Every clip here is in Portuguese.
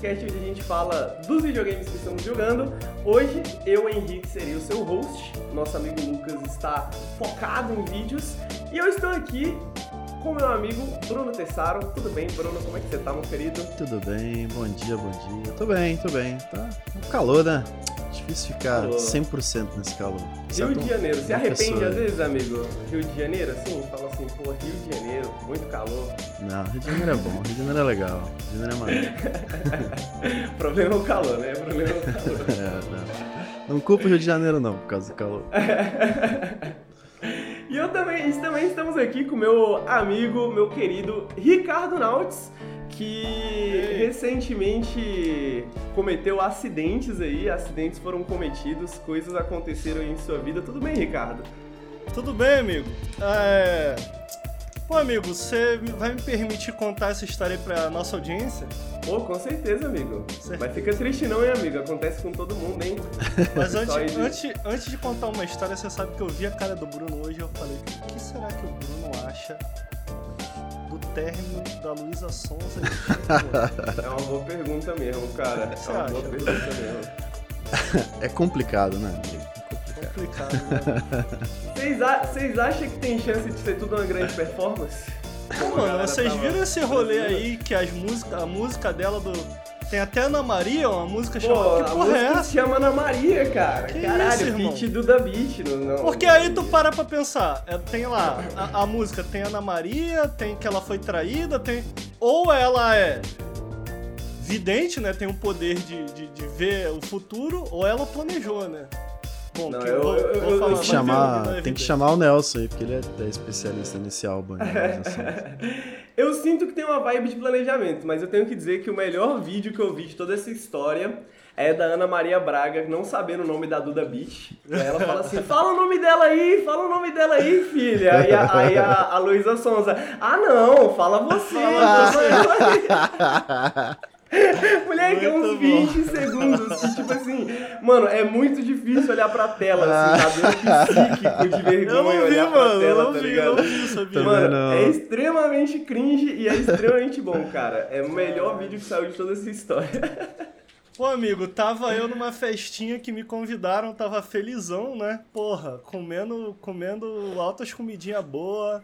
podcast onde a gente fala dos videogames que estamos jogando. Hoje, eu, Henrique, serei o seu host. Nosso amigo Lucas está focado em vídeos. E eu estou aqui com meu amigo Bruno Tessaro. Tudo bem, Bruno? Como é que você tá, meu querido? Tudo bem, bom dia. Tô bem. Tá um calor, né? Difícil ficar 100% nesse calor. Rio de Janeiro, você arrepende às vezes, amigo? Rio de Janeiro, assim? Fala assim, pô, Rio de Janeiro, muito calor. Não, Rio de Janeiro é bom, Rio de Janeiro é legal, Rio de Janeiro é maneiro. Problema é o calor, né? Problema é o calor. Não culpa o Rio de Janeiro não, por causa do calor. E também estamos aqui com meu amigo, meu querido Ricardo Nautz, que recentemente cometeu acidentes foram cometidos, coisas aconteceram em sua vida. Tudo bem, Ricardo? Tudo bem, amigo. Pô, amigo, você vai me permitir contar essa história aí pra nossa audiência? Pô, com certeza, amigo. Mas fica triste não, hein, amigo? Acontece com todo mundo, hein? Mas antes de contar uma história, você sabe que eu vi a cara do Bruno hoje e eu falei, o que será que o Bruno acha do término da Luísa Sonza e do Chico? É uma boa pergunta mesmo, cara. Boa pergunta mesmo. É complicado, né? Complicado, né? Vocês acham que tem chance de ser tudo uma grande performance? Mano, vocês viram esse rolê aí que a música dela tem até Ana Maria, uma música chamada... Que porra é essa? Se chama Ana Maria, cara. Que caralho, isso, Beat Duda Beat. Não, porque aí tu para pra pensar, tem lá, a música tem Ana Maria, tem que ela foi traída, tem... Ou ela é vidente, né, tem o poder de ver o futuro, ou ela planejou, né? Bom, tem que chamar o Nelson aí, porque ele é especialista nesse álbum. Eu sinto que tem uma vibe de planejamento, mas eu tenho que dizer que o melhor vídeo que eu vi de toda essa história é da Ana Maria Braga, não sabendo o nome da Duda Beat. Aí ela fala assim, fala o nome dela aí, filha. Aí a Luísa Sonza, não, fala você. Moleque, é uns 20 segundos que, tipo assim, mano, é muito difícil olhar pra tela, assim, tá dando psíquico de vergonha olhar pra tela, tá ligado? Eu não vi, sabia? Mano, é extremamente cringe e é extremamente bom, cara. É o melhor vídeo que saiu de toda essa história. Pô, amigo, tava eu numa festinha que me convidaram, tava felizão, né? Porra, comendo altas comidinhas boas,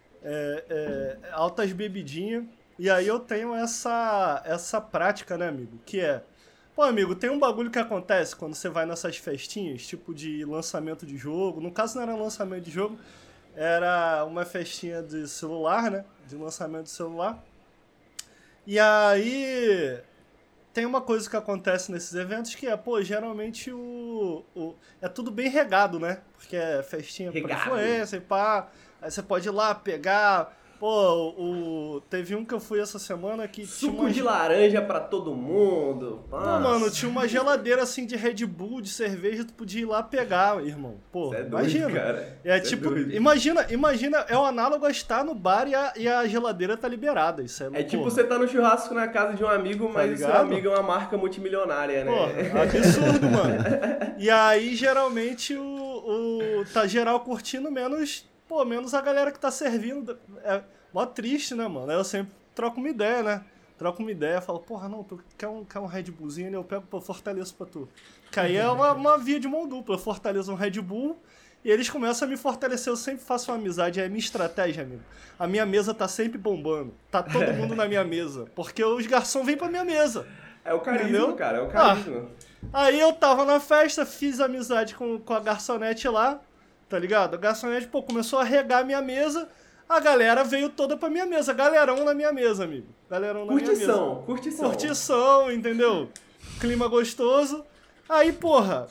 altas bebidinhas. E aí eu tenho essa prática, né, amigo? Que é... Pô, amigo, tem um bagulho que acontece quando você vai nessas festinhas, tipo de lançamento de jogo. No caso não era lançamento de jogo, era uma festinha de celular, né? De lançamento de celular. E aí... Tem uma coisa que acontece nesses eventos que é, pô, geralmente é tudo bem regado, né? Porque é festinha pra influência e pá. Aí você pode ir lá pegar... Pô, teve um que eu fui essa semana que suco de laranja pra todo mundo. Pô, mano, tinha uma geladeira assim de Red Bull, de cerveja, tu podia ir lá pegar, irmão. Pô, imagina. Doido, cara. Tipo, imagina, é o análogo a estar no bar e a geladeira tá liberada. Isso é tipo você tá no churrasco na casa de um amigo, mas o seu amigo é uma marca multimilionária, né? Pô, absurdo, mano. E aí, geralmente, tá geral curtindo menos a galera que tá servindo. É mó triste, né, mano? Aí eu sempre troco uma ideia, falo, porra, não, tu quer um Red Bullzinho, eu pego, fortaleço pra tu. Que aí é uma via de mão dupla, eu fortaleço um Red Bull e eles começam a me fortalecer, eu sempre faço uma amizade, é a minha estratégia, amigo. A minha mesa tá sempre bombando, tá todo mundo na minha mesa, porque os garçons vêm pra minha mesa. É o carisma, entendeu? Cara, é o carisma. Aí eu tava na festa, fiz amizade com a garçonete lá, tá ligado? A garçonete, pô, começou a regar a minha mesa, a galera veio toda pra minha mesa, galerão na minha mesa, amigo. Galerão na minha mesa. Curtição, entendeu? Clima gostoso. Aí, porra,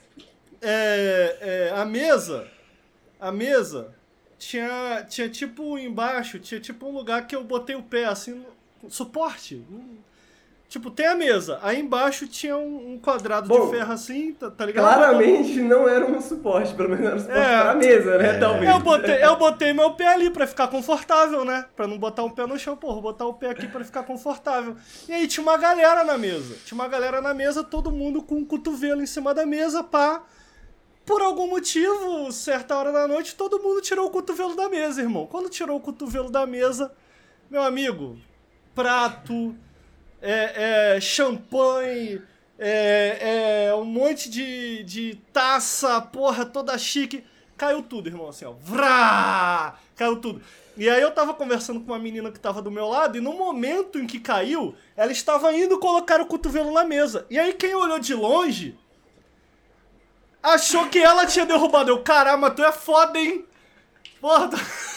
a mesa tinha tipo embaixo, tinha tipo um lugar que eu botei o pé, assim, suporte. Tipo, tem a mesa, aí embaixo tinha um quadrado de ferro assim, tá ligado? Claramente não era um suporte, pelo menos era um suporte pra mesa, né? Talvez. Eu botei meu pé ali pra ficar confortável, né? Pra não botar o pé no chão, vou botar o pé aqui pra ficar confortável. E aí tinha uma galera na mesa. Todo mundo com um cotovelo em cima da mesa, pá. Por algum motivo, certa hora da noite, todo mundo tirou o cotovelo da mesa, irmão. Quando tirou o cotovelo da mesa, meu amigo, prato... champanhe, um monte de taça, porra, toda chique. Caiu tudo, irmão, assim, ó. Vrá! Caiu tudo. E aí eu tava conversando com uma menina que tava do meu lado, e no momento em que caiu, ela estava indo colocar o cotovelo na mesa. E aí quem olhou de longe achou que ela tinha derrubado. Eu, caramba, tu é foda, hein? Porra,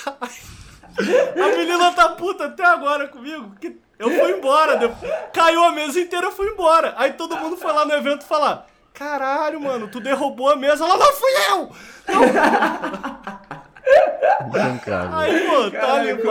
a menina tá puta até agora comigo, que eu fui embora. Caiu a mesa inteira, eu fui embora. Aí todo mundo foi lá no evento falar: caralho, mano, tu derrubou a mesa. Ela, não fui eu! Aí, pô, tá limpo.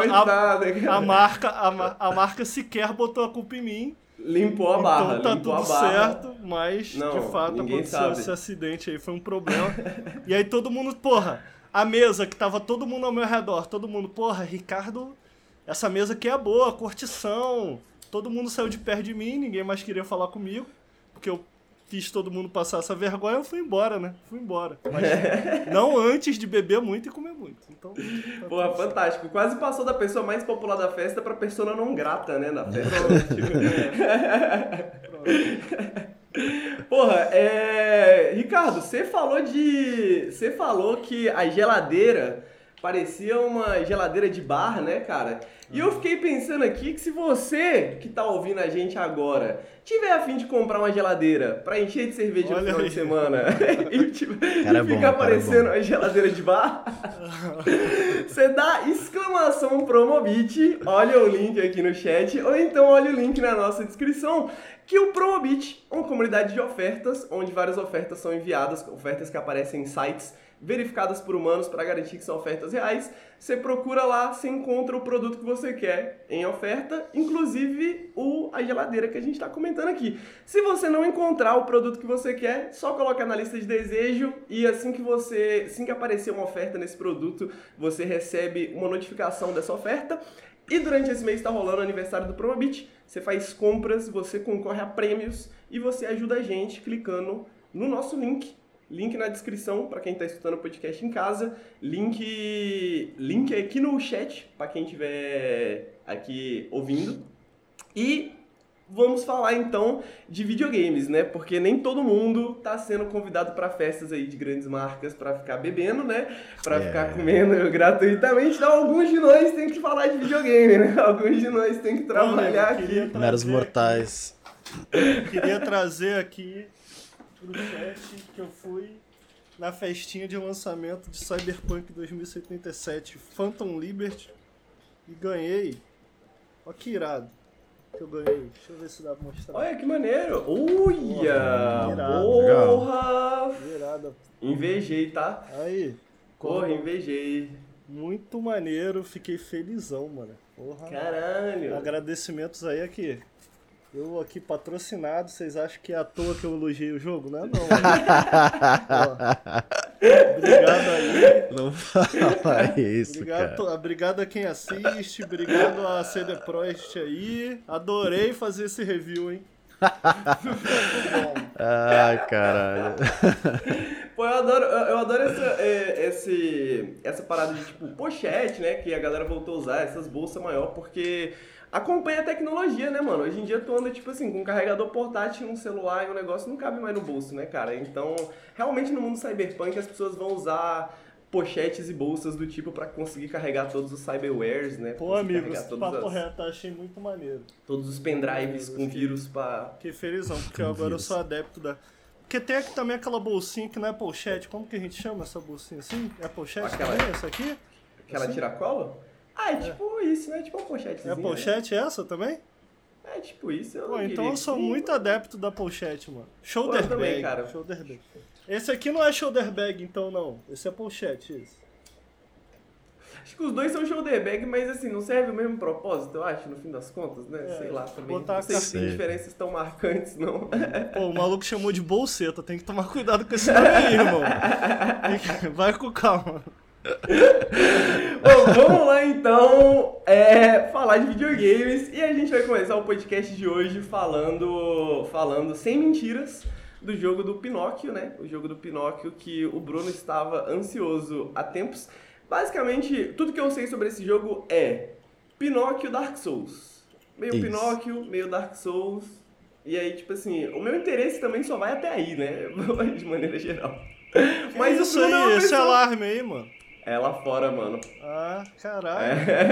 A marca sequer botou a culpa em mim. Limpou a barra. Então tá tudo certo, mas não, de fato aconteceu sabe. esse acidente aí, foi um problema. E aí todo mundo, porra, a mesa que tava todo mundo ao meu redor, todo mundo, porra, Ricardo, essa mesa aqui é boa, curtição. Todo mundo saiu de perto de mim, ninguém mais queria falar comigo, porque eu fiz todo mundo passar essa vergonha, eu fui embora, né? Fui embora. Mas não antes de beber muito e comer muito. Então, tá porra, fantástico. Quase passou da pessoa mais popular da festa pra persona não grata, né? Na festa. Porra, Ricardo, você falou que a geladeira parecia uma geladeira de bar, né, cara? E eu fiquei pensando aqui que se você que tá ouvindo a gente agora tiver a fim de comprar uma geladeira pra encher de cerveja no final de semana e ficar parecendo uma geladeira de bar, você dá exclamação Promobit, olha o link aqui no chat, ou então olha o link na nossa descrição, que o Promobit é uma comunidade de ofertas, onde várias ofertas são enviadas, ofertas que aparecem em sites verificadas por humanos para garantir que são ofertas reais. Você procura lá, você encontra o produto que você quer em oferta, inclusive a geladeira que a gente está comentando aqui. Se você não encontrar o produto que você quer, só coloca na lista de desejo e assim que aparecer uma oferta nesse produto, você recebe uma notificação dessa oferta. E durante esse mês está rolando o aniversário do Promobit, você faz compras, você concorre a prêmios e você ajuda a gente clicando no nosso link na descrição para quem está escutando o podcast em casa, link aqui no chat para quem estiver aqui ouvindo. E vamos falar então de videogames, né? Porque nem todo mundo tá sendo convidado para festas aí de grandes marcas para ficar bebendo, né? Para ficar comendo gratuitamente. Então alguns de nós tem que falar de videogame, né? Alguns de nós tem que trabalhar aqui. Meros mortais. Queria trazer aqui pro chat que eu fui na festinha de lançamento de Cyberpunk 2077 Phantom Liberty e ganhei. Ó que irado que eu ganhei. Deixa eu ver se dá pra mostrar. Olha que maneiro. Uia! Porra! Irado. Invejei, tá? Aí. Porra, invejei. Muito maneiro, fiquei felizão, mano. Porra. Caralho. Agradecimentos aí aqui. Eu aqui patrocinado, vocês acham que é à toa que eu elogiei o jogo? Não é não. Obrigado aí. Não fala isso, cara. Obrigado a quem assiste, obrigado a CD Projekt aí. Adorei fazer esse review, hein? Ai, caralho. Pô, eu adoro essa parada de tipo pochete, né? Que a galera voltou a usar, essas bolsas maior, porque acompanha a tecnologia, né, mano? Hoje em dia tu anda, tipo assim, com um carregador portátil, um celular e um negócio não cabe mais no bolso, né, cara? Então, realmente no mundo cyberpunk as pessoas vão usar pochetes e bolsas do tipo pra conseguir carregar todos os cyberwares, né? Pô, amigo, papo reto, achei muito maneiro. Todos os pendrives com vírus pra... Fiquei felizão, porque agora eu sou adepto da... Porque tem aqui também aquela bolsinha que não é pochete, como que a gente chama essa bolsinha assim? É pochete também, essa aqui? Aquela assim? tiracolo? Ah, é tipo isso, né? Tipo uma pochetezinha. É pochete essa também? É tipo isso. Pô, então eu sou muito adepto da pochete, mano. Shoulder bag. Também, cara. Shoulder bag. Esse aqui não é shoulder bag, então não. Esse é pochete, esse. Acho que os dois são shoulder bag, mas assim, não serve o mesmo propósito, eu acho, no fim das contas, né? Sei lá também. Não sei se tem diferenças tão marcantes, não. Pô, o maluco chamou de bolseta, tem que tomar cuidado com esse nome aí, irmão. Vai com calma. Bom, vamos lá então falar de videogames e a gente vai começar o podcast de hoje falando sem mentiras do jogo do Pinóquio, né? O jogo do Pinóquio que o Bruno estava ansioso há tempos. Basicamente, tudo que eu sei sobre esse jogo é Pinóquio Dark Souls. Meio Isso. Pinóquio, meio Dark Souls. E aí, tipo assim, o meu interesse também só vai até aí, né? De maneira geral. Mas Isso o Bruno é uma aí, esse pessoa... alarme aí, mano. É lá fora, mano. Ah, caralho.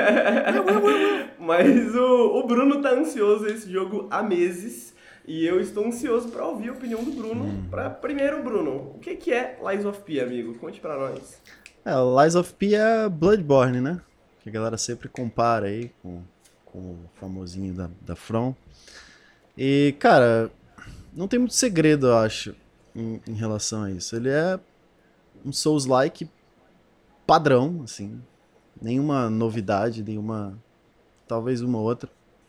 Mas o Bruno tá ansioso esse jogo há meses. E eu estou ansioso pra ouvir a opinião do Bruno. Primeiro, Bruno, o que é Lies of P, amigo? Conte pra nós. Lies of P é Bloodborne, né? Que a galera sempre compara aí com o famosinho da From. E, cara, não tem muito segredo, eu acho, em relação a isso. Ele é um Souls-like padrão, assim. Nenhuma novidade, talvez uma outra.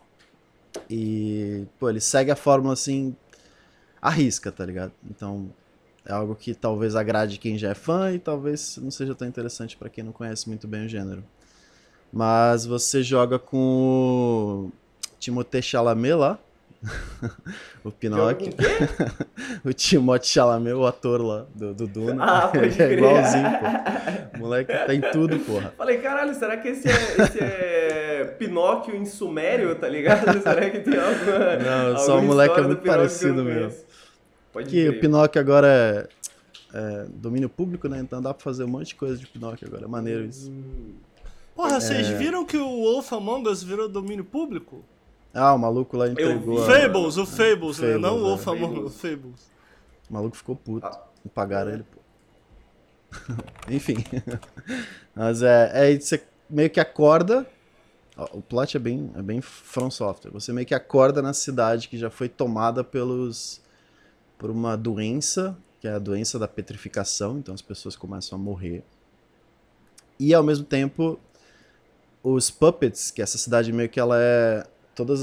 E, pô, ele segue a fórmula, assim, à risca, tá ligado? Então, é algo que talvez agrade quem já é fã e talvez não seja tão interessante pra quem não conhece muito bem o gênero. Mas você joga com o Timothée Chalamet lá, o Pinóquio. O Timothée Chalamet, o ator lá do Duna. Ah, pode Ele é crer. igualzinho, pô. O moleque tá em tudo, porra. Falei, caralho, será que esse é Pinóquio em sumério, tá ligado? Será que tem alguma... Não, só o alguma moleque é história muito do Pinóquio que eu parecido não mesmo. conheço? Pode Que o crer. Pinóquio agora é domínio público, né? Então dá pra fazer um monte de coisa de Pinóquio agora. É maneiro isso. Porra, vocês viram que o Wolf Among Us virou domínio público? Ah, o maluco lá entregou. vi. Fables, o Fables, né? Fables, Não o Wolf Fables. Among Us, Fables. O maluco ficou puto. Ah. Não pagaram ele, pô. Enfim. Mas aí você meio que acorda. Ó, o plot é bem From Software. Você meio que acorda na cidade que já foi tomada por uma doença, que é a doença da petrificação. Então as pessoas começam a morrer. E ao mesmo tempo, os puppets, que essa cidade meio que ela é todas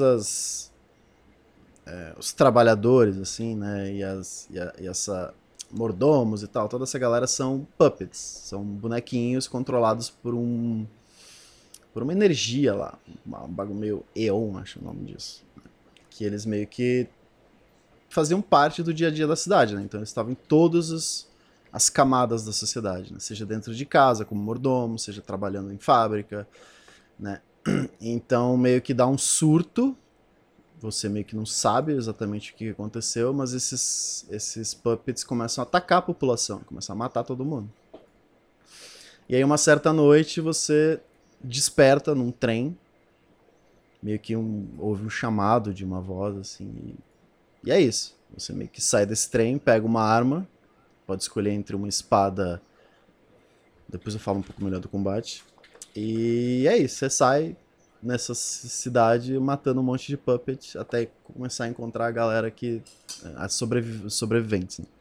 os trabalhadores, assim, né, e essa mordomos e tal, toda essa galera são puppets, são bonequinhos controlados por uma energia lá, um bagulho meio Eon, acho o nome disso, que eles meio que faziam parte do dia a dia da cidade, né, então eles estavam em todas as camadas da sociedade, né, seja dentro de casa, como mordomo, seja trabalhando em fábrica, né, então meio que dá um surto. Você meio que não sabe exatamente o que aconteceu, mas esses puppets começam a atacar a população, começam a matar todo mundo. E aí uma certa noite você desperta num trem, meio que houve um chamado de uma voz, assim, e é isso. Você meio que sai desse trem, pega uma arma, pode escolher entre uma espada, depois eu falo um pouco melhor do combate, e é isso, você sai nessa cidade matando um monte de puppet até começar a encontrar a galera as sobreviventes, né?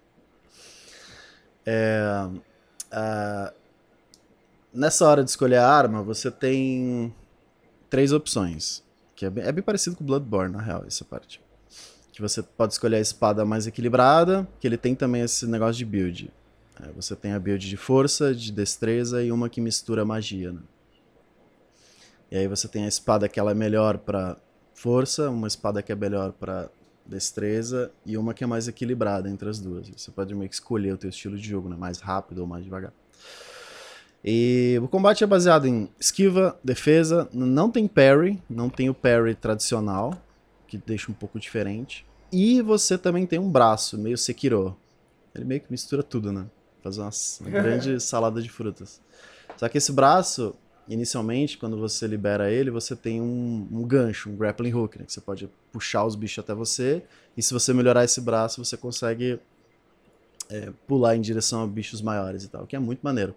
Nessa hora de escolher a arma, você tem 3 opções, que é bem parecido com o Bloodborne, na real, essa parte. Que você pode escolher a espada mais equilibrada, que ele tem também esse negócio de build. Você tem a build de força, de destreza e uma que mistura magia, né? E aí você tem a espada que ela é melhor pra força, uma espada que é melhor pra destreza e uma que é mais equilibrada entre as duas. Você pode meio que escolher o teu estilo de jogo, né? Mais rápido ou mais devagar. E o combate é baseado em esquiva, defesa, não tem parry, não tem o parry tradicional, que deixa um pouco diferente. E você também tem um braço, meio Sekiro. Ele meio que mistura tudo, né? Faz uma grande salada de frutas. Só que esse braço, inicialmente, quando você libera ele, você tem um gancho, um grappling hook, né? Que você pode puxar os bichos até você, e se você melhorar esse braço, você consegue pular em direção a bichos maiores e tal, que é muito maneiro.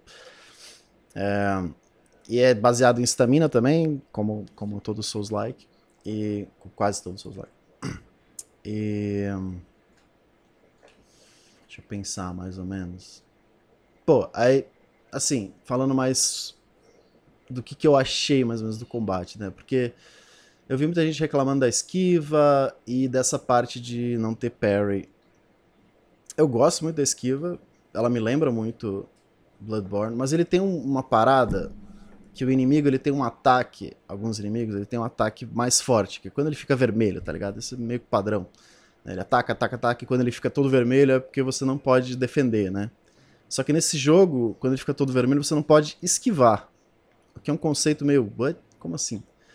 E é baseado em stamina também, como todo Souls-like, e quase todo Souls-like. E deixa eu pensar mais ou menos. Pô, aí, assim, falando mais do que eu achei mais ou menos do combate, né? Porque eu vi muita gente reclamando da esquiva e dessa parte de não ter parry. Eu gosto muito da esquiva, ela me lembra muito Bloodborne, mas ele tem uma parada que o inimigo, ele tem um ataque, alguns inimigos, ele tem um ataque mais forte, que é quando ele fica vermelho, tá ligado? Esse é meio que padrão. Ele ataca, e quando ele fica todo vermelho é porque você não pode defender, né? Só que nesse jogo, quando ele fica todo vermelho, você não pode esquivar. Que é um conceito meio... What? Como assim?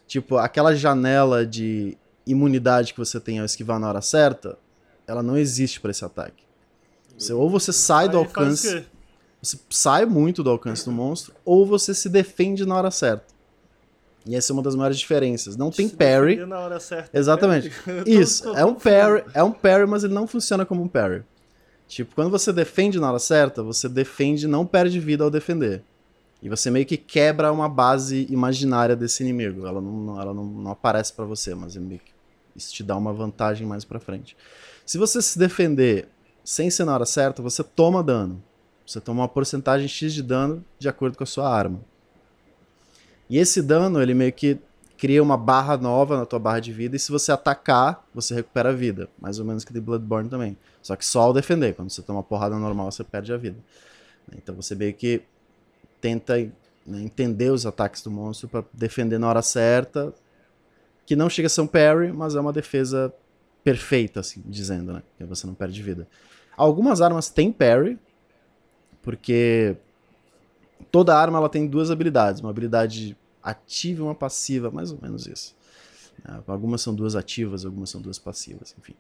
Tipo, aquela janela de imunidade que você tem ao esquivar na hora certa, ela não existe pra esse ataque. Ou você sai do Aí faz o alcance, quê? você sai muito do alcance do monstro, ou você se defende na hora certa. E essa é uma das maiores diferenças. Não tem Se parry. defender na hora certa. Exatamente. Eu tô- Isso, tô é um confuso. parry, mas ele não funciona como um parry. Tipo, quando você defende na hora certa, você defende e não perde vida ao defender. E você meio que quebra uma base imaginária desse inimigo. Ela não aparece pra você, mas meio que isso te dá uma vantagem mais pra frente. Se você se defender sem ser na hora certa, você toma dano. Você toma uma porcentagem X de dano de acordo com a sua arma. E esse dano, ele meio que cria uma barra nova na tua barra de vida, e se você atacar, você recupera a vida. Mais ou menos que de Bloodborne também. Só que só ao defender. Quando você toma uma porrada normal, você perde a vida. Então você meio que tenta, né, entender os ataques do monstro pra defender na hora certa, que não chega a ser um parry, mas é uma defesa perfeita, assim, dizendo, né? Que você não perde vida. Algumas armas têm parry, porque toda arma ela tem duas habilidades, uma habilidade ativa e uma passiva, mais ou menos isso. Algumas são duas ativas, algumas são duas passivas, enfim.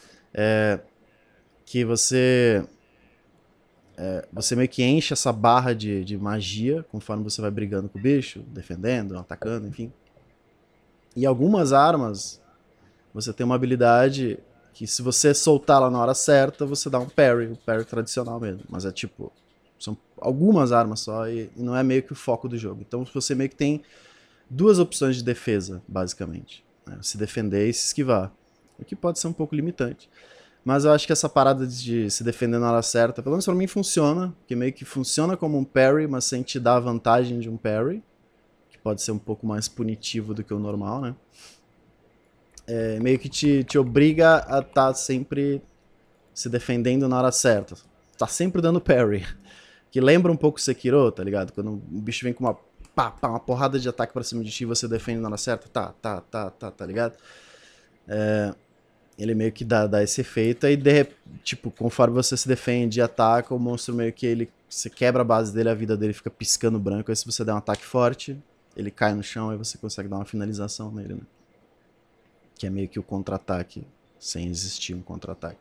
Que você meio que enche essa barra de magia conforme você vai brigando com o bicho, defendendo, atacando, enfim. E algumas armas, você tem uma habilidade que se você soltar ela na hora certa, você dá um parry, o parry tradicional mesmo. Mas é tipo, são algumas armas só e não é meio que o foco do jogo. Então você meio que tem duas opções de defesa, basicamente, né? Se defender e se esquivar. O que pode ser um pouco limitante. Mas eu acho que essa parada de se defender na hora certa, pelo menos pra mim funciona, que meio que funciona como um parry, mas sem te dar a vantagem de um parry, que pode ser um pouco mais punitivo do que o normal, né? Meio que te obriga a estar sempre se defendendo na hora certa. Tá sempre dando parry. Que lembra um pouco Sekiro, tá ligado? Quando o bicho vem com uma porrada de ataque pra cima de ti e você defende na hora certa, tá ligado? Ele meio que dá esse efeito, e tipo, conforme você se defende e ataca, o monstro meio que você quebra a base dele, a vida dele fica piscando branco, aí se você der um ataque forte, ele cai no chão, aí você consegue dar uma finalização nele, né? Que é meio que o contra-ataque, sem existir um contra-ataque.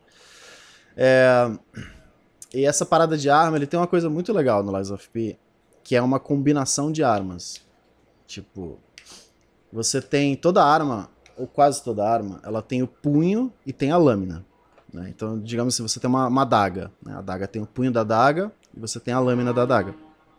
E essa parada de arma, ele tem uma coisa muito legal no Lies of P, que é uma combinação de armas. Tipo, você tem toda arma, ou quase toda arma, ela tem o punho e tem a lâmina, né? Então, digamos assim, você tem uma adaga, né? A adaga tem o punho da adaga e você tem a lâmina da adaga.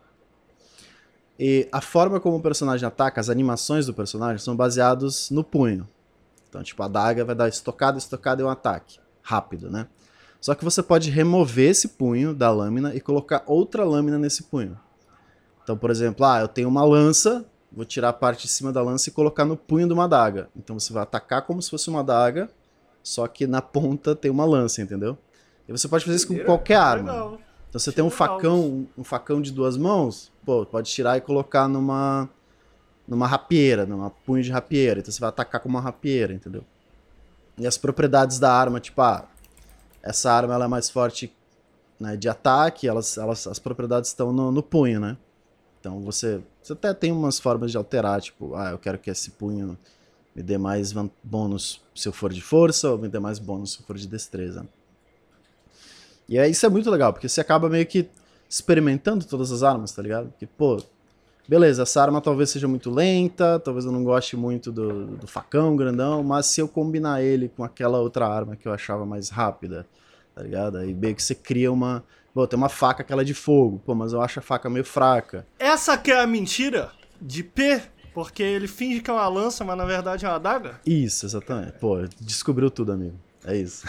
E a forma como o personagem ataca, as animações do personagem são baseadas no punho. Então, tipo, a adaga vai dar estocada e um ataque rápido, né? Só que você pode remover esse punho da lâmina e colocar outra lâmina nesse punho. Então, por exemplo, eu tenho uma lança, vou tirar a parte de cima da lança e colocar no punho de uma adaga. Então você vai atacar como se fosse uma adaga, só que na ponta tem uma lança, entendeu? E você pode fazer isso com qualquer arma. Legal. Então você tem um facão de duas mãos, pode tirar e colocar numa rapieira, numa punho de rapieira. Então você vai atacar com uma rapieira, entendeu? E as propriedades da arma, tipo, essa arma ela é mais forte, né, de ataque, as propriedades estão no punho, né? Então você até tem umas formas de alterar, tipo, eu quero que esse punho me dê mais bônus se eu for de força, ou me dê mais bônus se eu for de destreza. E isso é muito legal, porque você acaba meio que experimentando todas as armas, tá ligado? Porque, beleza, essa arma talvez seja muito lenta, talvez eu não goste muito do facão grandão, mas se eu combinar ele com aquela outra arma que eu achava mais rápida, tá ligado? Aí meio que você cria tem uma faca que ela é de fogo, mas eu acho a faca meio fraca. Essa que é a mentira de P, porque ele finge que é uma lança, mas na verdade é uma adaga? Isso, exatamente. Descobriu tudo, amigo. É isso.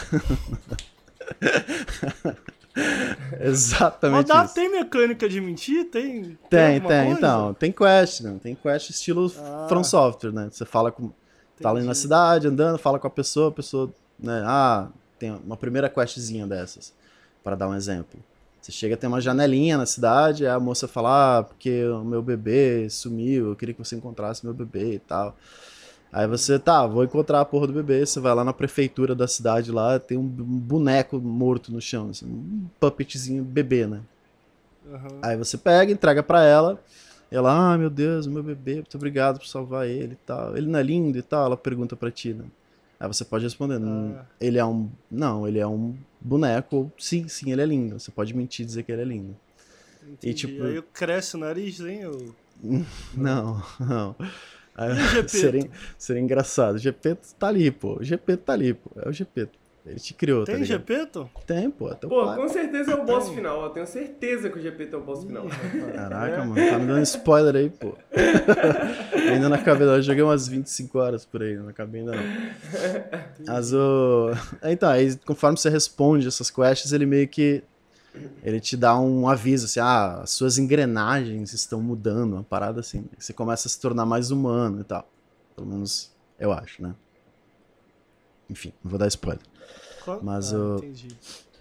Exatamente isso. Tem mecânica de mentir? Tem então. Tem quest, né? Tem quest estilo From Software, né? Você fala com... Tá ali na cidade, andando, fala com a pessoa, né? Tem uma primeira questzinha dessas, para dar um exemplo. Você chega, tem uma janelinha na cidade, aí a moça fala, porque o meu bebê sumiu, eu queria que você encontrasse meu bebê e tal. Aí você, vou encontrar a porra do bebê, você vai lá na prefeitura da cidade lá, tem um boneco morto no chão, assim, um puppetzinho bebê, né? Uhum. Aí você pega, entrega pra ela, E ela, meu Deus, meu bebê, muito obrigado por salvar ele e tal. Ele não é lindo e tal? Ela pergunta pra ti, né? Aí você pode responder, ele é um... Não, ele é um boneco. Ou, sim, ele é lindo. Você pode mentir e dizer que ele é lindo. Entendi. E tipo... Aí cresce o nariz, hein? Não. Aí, E o Gepeto? seria engraçado. O Gepeto tá ali, pô. O Gepeto tá ali, pô. É o Gepeto. Ele te criou, tá Tem ligado? Gepeto? Tem, pô. Teu Pô, pai. com certeza é o boss final. Eu tenho certeza que o GP é o boss final. Caraca, mano. Tá me dando spoiler aí, pô. Ainda não acabei, não. Eu joguei umas 25 horas por aí. Não acabei ainda, não. Mas o... Então, aí conforme você responde essas quests, ele meio que... Ele te dá um aviso, assim, as suas engrenagens estão mudando, uma parada assim. Você começa a se tornar mais humano e tal. Pelo menos, eu acho, né? Enfim, não vou dar spoiler. Mas entendi.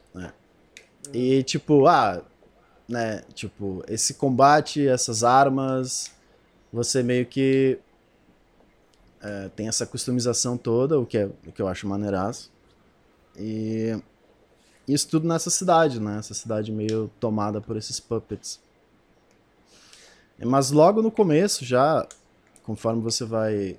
E tipo, né, tipo, esse combate, essas armas, você meio que tem essa customização toda, o que eu acho maneiraço. E isso tudo nessa cidade, né? Essa cidade meio tomada por esses puppets. Mas logo no começo, já, conforme você vai...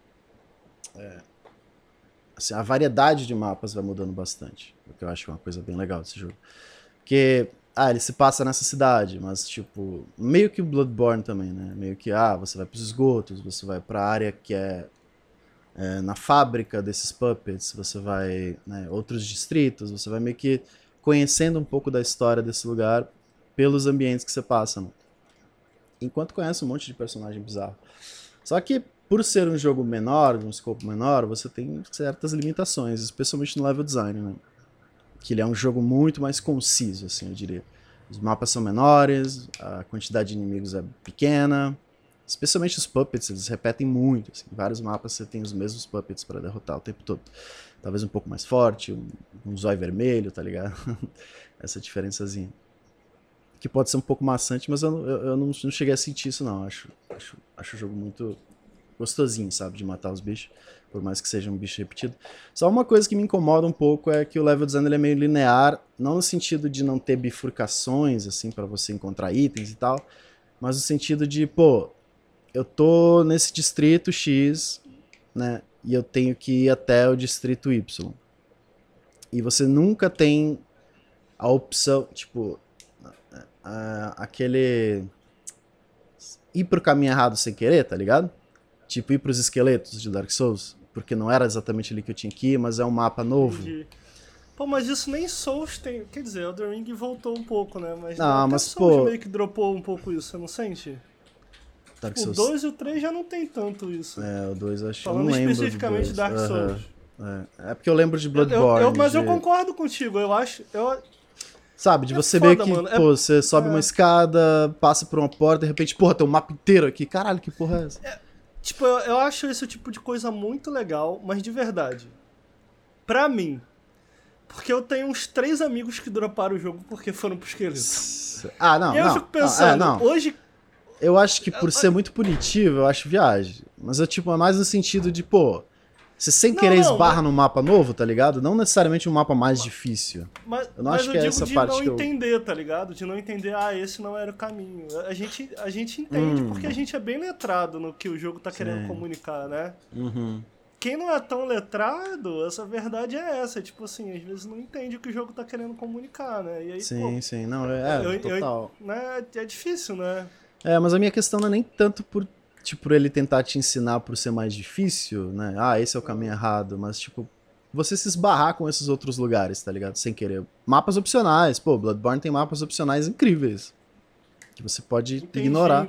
assim, a variedade de mapas vai mudando bastante. O que eu acho que é uma coisa bem legal desse jogo. Porque, ele se passa nessa cidade, mas, tipo, meio que o Bloodborne também, né? Meio que, você vai pros esgotos, você vai pra área que é na fábrica desses puppets, você vai, né, outros distritos, você vai meio que conhecendo um pouco da história desse lugar pelos ambientes que você passa, né? Enquanto conhece um monte de personagem bizarro. Só que, por ser um jogo menor, de um escopo menor, você tem certas limitações, especialmente no level design, né? Que ele é um jogo muito mais conciso, assim, eu diria. Os mapas são menores, a quantidade de inimigos é pequena, especialmente os puppets, eles repetem muito, assim. Em vários mapas você tem os mesmos puppets para derrotar o tempo todo. Talvez um pouco mais forte, um zóio vermelho, tá ligado? Essa diferençazinha. Que pode ser um pouco maçante, mas eu não cheguei a sentir isso, não. Acho o jogo muito gostosinho, sabe, de matar os bichos, por mais que seja um bicho repetido. Só uma coisa que me incomoda um pouco é que o level design ele é meio linear, não no sentido de não ter bifurcações, assim, pra você encontrar itens e tal, mas no sentido de, eu tô nesse distrito X, né, e eu tenho que ir até o distrito Y. E você nunca tem a opção, tipo, aquele... ir pro caminho errado sem querer, tá ligado? Tipo, ir pros esqueletos de Dark Souls, porque não era exatamente ali que eu tinha que ir, mas é um mapa novo. Entendi. Pô, mas isso nem Souls tem. Quer dizer, Elden Ring voltou um pouco, né? Mas não, até mas Souls meio que dropou um pouco isso, você não sente? Dark O Souls... 2 e o 3 já não tem tanto isso. o 2 acho que eu Falando não lembro especificamente do 2. Dark Souls. É porque eu lembro de Bloodborne. Mas eu concordo contigo, eu acho... Sabe, de você foda, ver que, mano. você sobe uma escada, passa por uma porta, de repente, tem um mapa inteiro aqui. Caralho, que porra é essa? Tipo, eu acho esse tipo de coisa muito legal, mas de verdade. Pra mim. Porque eu tenho uns 3 amigos que droparam o jogo porque foram pro esqueleto. Não, e eu fico pensando, hoje... Eu acho que por ser muito punitivo, eu acho viagem. Mas é mais no sentido de, você sem querer esbarra no mapa novo, tá ligado? Não necessariamente um mapa mais difícil. Eu não acho que é essa parte que eu... de não entender, tá ligado? De não entender, esse não era o caminho. A gente entende porque a gente é bem letrado no que o jogo tá querendo comunicar, né? Uhum. Quem não é tão letrado, essa verdade é essa. Tipo assim, às vezes não entende o que o jogo tá querendo comunicar, né? E aí, sim. Não, total. Né? É difícil, né? Mas a minha questão não é nem tanto por ele tentar te ensinar por ser mais difícil, né? Esse é o caminho errado, mas, você se esbarrar com esses outros lugares, tá ligado? Sem querer. Mapas opcionais, Bloodborne tem mapas opcionais incríveis. Que você pode ignorar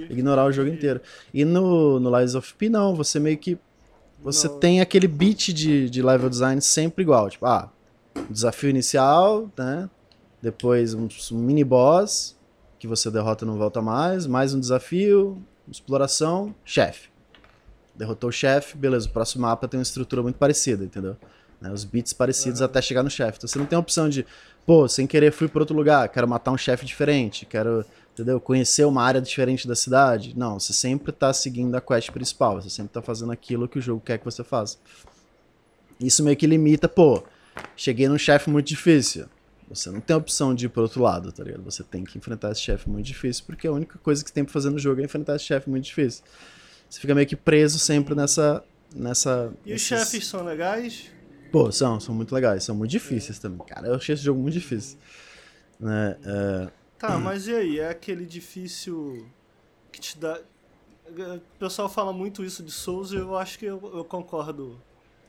o jogo inteiro. E no Lies of P, não, você meio que... Você tem aquele beat de level design sempre igual. Tipo, desafio inicial, né? Depois um mini boss, que você derrota e não volta mais um desafio... Exploração, chefe. Derrotou o chefe, beleza, o próximo mapa tem uma estrutura muito parecida, entendeu? Os beats parecidos até chegar no chefe. Então você não tem a opção de, sem querer fui para outro lugar, quero matar um chefe diferente, quero, entendeu? Conhecer uma área diferente da cidade. Não, você sempre tá seguindo a quest principal, você sempre tá fazendo aquilo que o jogo quer que você faça. Isso meio que limita, cheguei num chefe muito difícil. Você não tem a opção de ir pro outro lado, tá ligado? Você tem que enfrentar esse chefe muito difícil, porque a única coisa que você tem pra fazer no jogo é enfrentar esse chefe muito difícil. Você fica meio que preso sempre nessa E os chefes são legais? Pô, são muito legais, são muito difíceis também. Cara, eu achei esse jogo muito difícil. Né? Tá, mas e aí? É aquele difícil que te dá... O pessoal fala muito isso de Souls e eu acho que eu concordo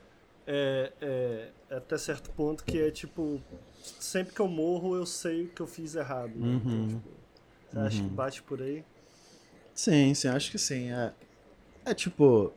até certo ponto, que é tipo, sempre que eu morro eu sei o que eu fiz errado. Né? Então, tipo, você acha que bate por aí? Sim, acho que sim. É tipo...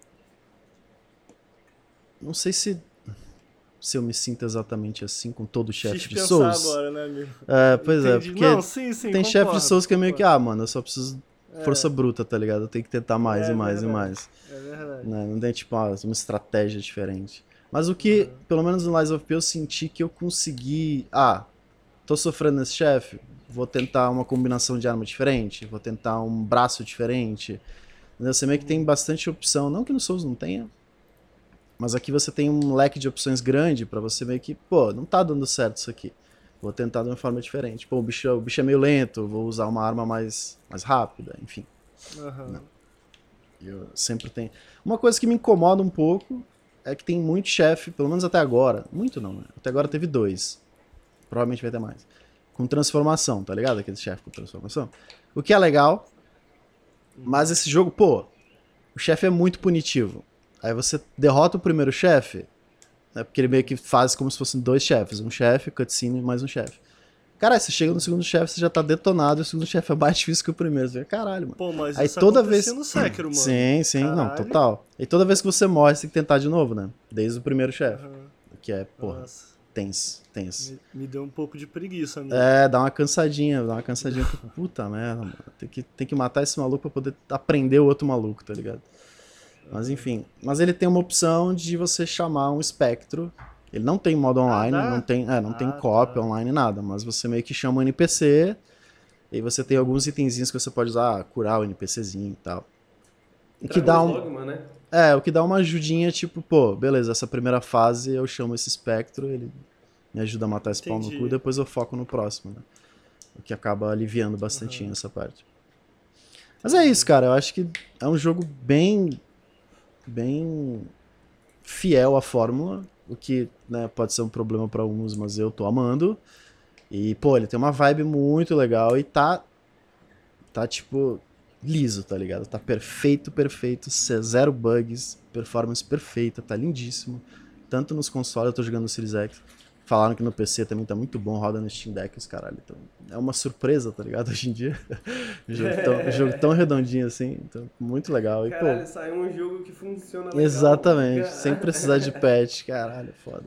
Não sei se eu me sinto exatamente assim com todo chefe de Souls. Agora, né, amigo? Pois Entendi. Porque não, sim, tem chefe de Souls que é meio que, mano, eu só preciso força bruta, tá ligado? Eu tenho que tentar mais e mais verdade. e mais. É verdade. Né? Não tem, tipo, uma estratégia diferente. Mas o que, pelo menos no Lies of P, eu senti que eu consegui... tô sofrendo nesse chefe, vou tentar uma combinação de arma diferente, vou tentar um braço diferente. Entendeu? Você meio que tem bastante opção, não que no Souls não tenha, mas aqui você tem um leque de opções grande pra você meio que, não tá dando certo isso aqui. Vou tentar de uma forma diferente. O bicho é meio lento, vou usar uma arma mais rápida, enfim. Eu sempre tenho... Uma coisa que me incomoda um pouco é que tem muito chefe, pelo menos até agora, muito não, né? Até agora teve 2. Provavelmente vai ter mais. Com transformação, tá ligado? Aquele chefe com transformação. O que é legal, mas esse jogo, o chefe é muito punitivo. Aí você derrota o primeiro chefe, né, porque ele meio que faz como se fossem 2 chefes. Um chefe, cutscene e mais um chefe. Cara, você chega no segundo chefe, você já tá detonado, e o segundo chefe é mais difícil que o primeiro. Você fica, caralho, mano. Pô, mas aí isso toda acontecia vez no Sekiro, mano. Sim, Caralho. não, total. E toda vez que você morre, você tem que tentar de novo, né? Desde o primeiro chefe. Que é, Nossa. tenso. Me deu um pouco de preguiça, amigo. Dá uma cansadinha. Puta merda, mano. Tem que matar esse maluco pra poder aprender o outro maluco, tá ligado? Mas enfim. Mas ele tem uma opção de você chamar um espectro. Ele não tem modo online, não tem co-op online, nada. Mas você meio que chama um NPC. E aí você tem alguns itenzinhos que você pode usar, curar o NPCzinho e tal. O que dá Dogma, né? o que dá uma ajudinha, tipo, beleza, essa primeira fase eu chamo esse espectro, ele me ajuda a matar esse pau no cu, depois eu foco no próximo, né? O que acaba aliviando bastante essa parte. Mas é isso, cara, eu acho que é um jogo bem fiel à fórmula, o que, né, pode ser um problema pra uns, mas eu tô amando. E, ele tem uma vibe muito legal e tá tipo, liso, tá ligado? Tá perfeito, zero bugs, performance perfeita, tá lindíssimo. Tanto nos consoles, eu tô jogando no Series X. Falaram que no PC também tá muito bom, roda no Steam Deck, os caralho. Então, é uma surpresa, tá ligado? Hoje em dia. O jogo tão redondinho assim, então, muito legal. E, caralho, saiu um jogo que funciona legal. Exatamente, sem precisar de patch, caralho, foda.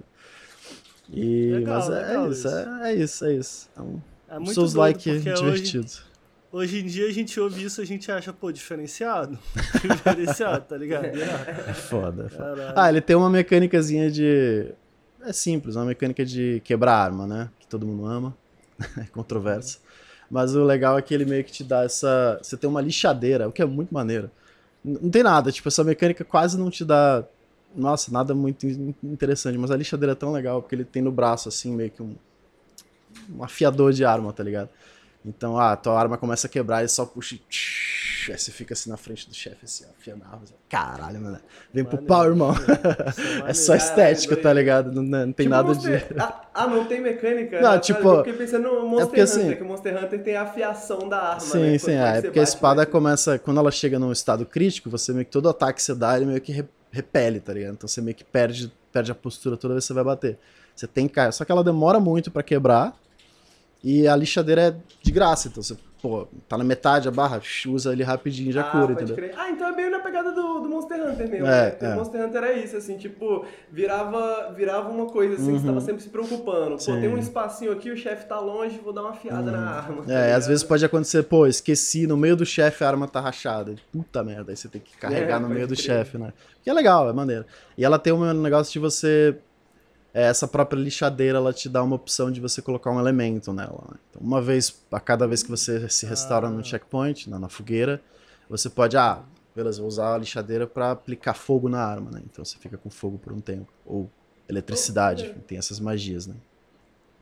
Mas é isso. É um Souls-like divertido. Hoje em dia a gente ouve isso, a gente acha, diferenciado. Diferenciado, tá ligado? Foda. Ele tem uma mecânicazinha de... É simples, uma mecânica de quebrar arma, né? Que todo mundo ama. É controverso. Mas o legal é que ele meio que te dá essa... Você tem uma lixadeira, o que é muito maneiro. Não tem nada, tipo, essa mecânica quase não te dá... Nossa, nada muito interessante, mas a lixadeira é tão legal, porque ele tem no braço, assim, meio que um afiador de arma, tá ligado? Então, tua arma começa a quebrar e só puxa e aí você fica assim na frente do chefe, assim, afiando a arma. Vem maneiro, pro pau, irmão. É só estético, tá ligado? Não tem nada de... não tem mecânica? Não, tipo... Eu fiquei pensando no Monster Hunter, assim, que o Monster Hunter tem a afiação da arma, sim, né? Sim, é porque a espada começa... Quando ela chega num estado crítico, você meio que todo ataque que você dá, ele meio que repele, tá ligado? Então você meio que perde a postura toda vez que você vai bater. Você tem que... Só que ela demora muito pra quebrar, e a lixadeira é de graça, então você, tá na metade a barra, usa ele rapidinho e já cura, entendeu? Crer. Então é bem na pegada do Monster Hunter mesmo, O Monster Hunter é isso, assim, tipo, virava uma coisa assim, que você tava sempre se preocupando. Tem um espacinho aqui, o chefe tá longe, vou dar uma afiada na arma. Às vezes pode acontecer, esqueci, no meio do chefe a arma tá rachada. Puta merda, aí você tem que carregar no meio do chefe, né? Que é legal, é maneiro. E ela tem um negócio de você... essa própria lixadeira, ela te dá uma opção de você colocar um elemento nela. Né? Então, a cada vez que você se restaura no checkpoint, na fogueira, você pode, beleza, vou usar a lixadeira pra aplicar fogo na arma, né? Então você fica com fogo por um tempo. Ou eletricidade, tem essas magias, né?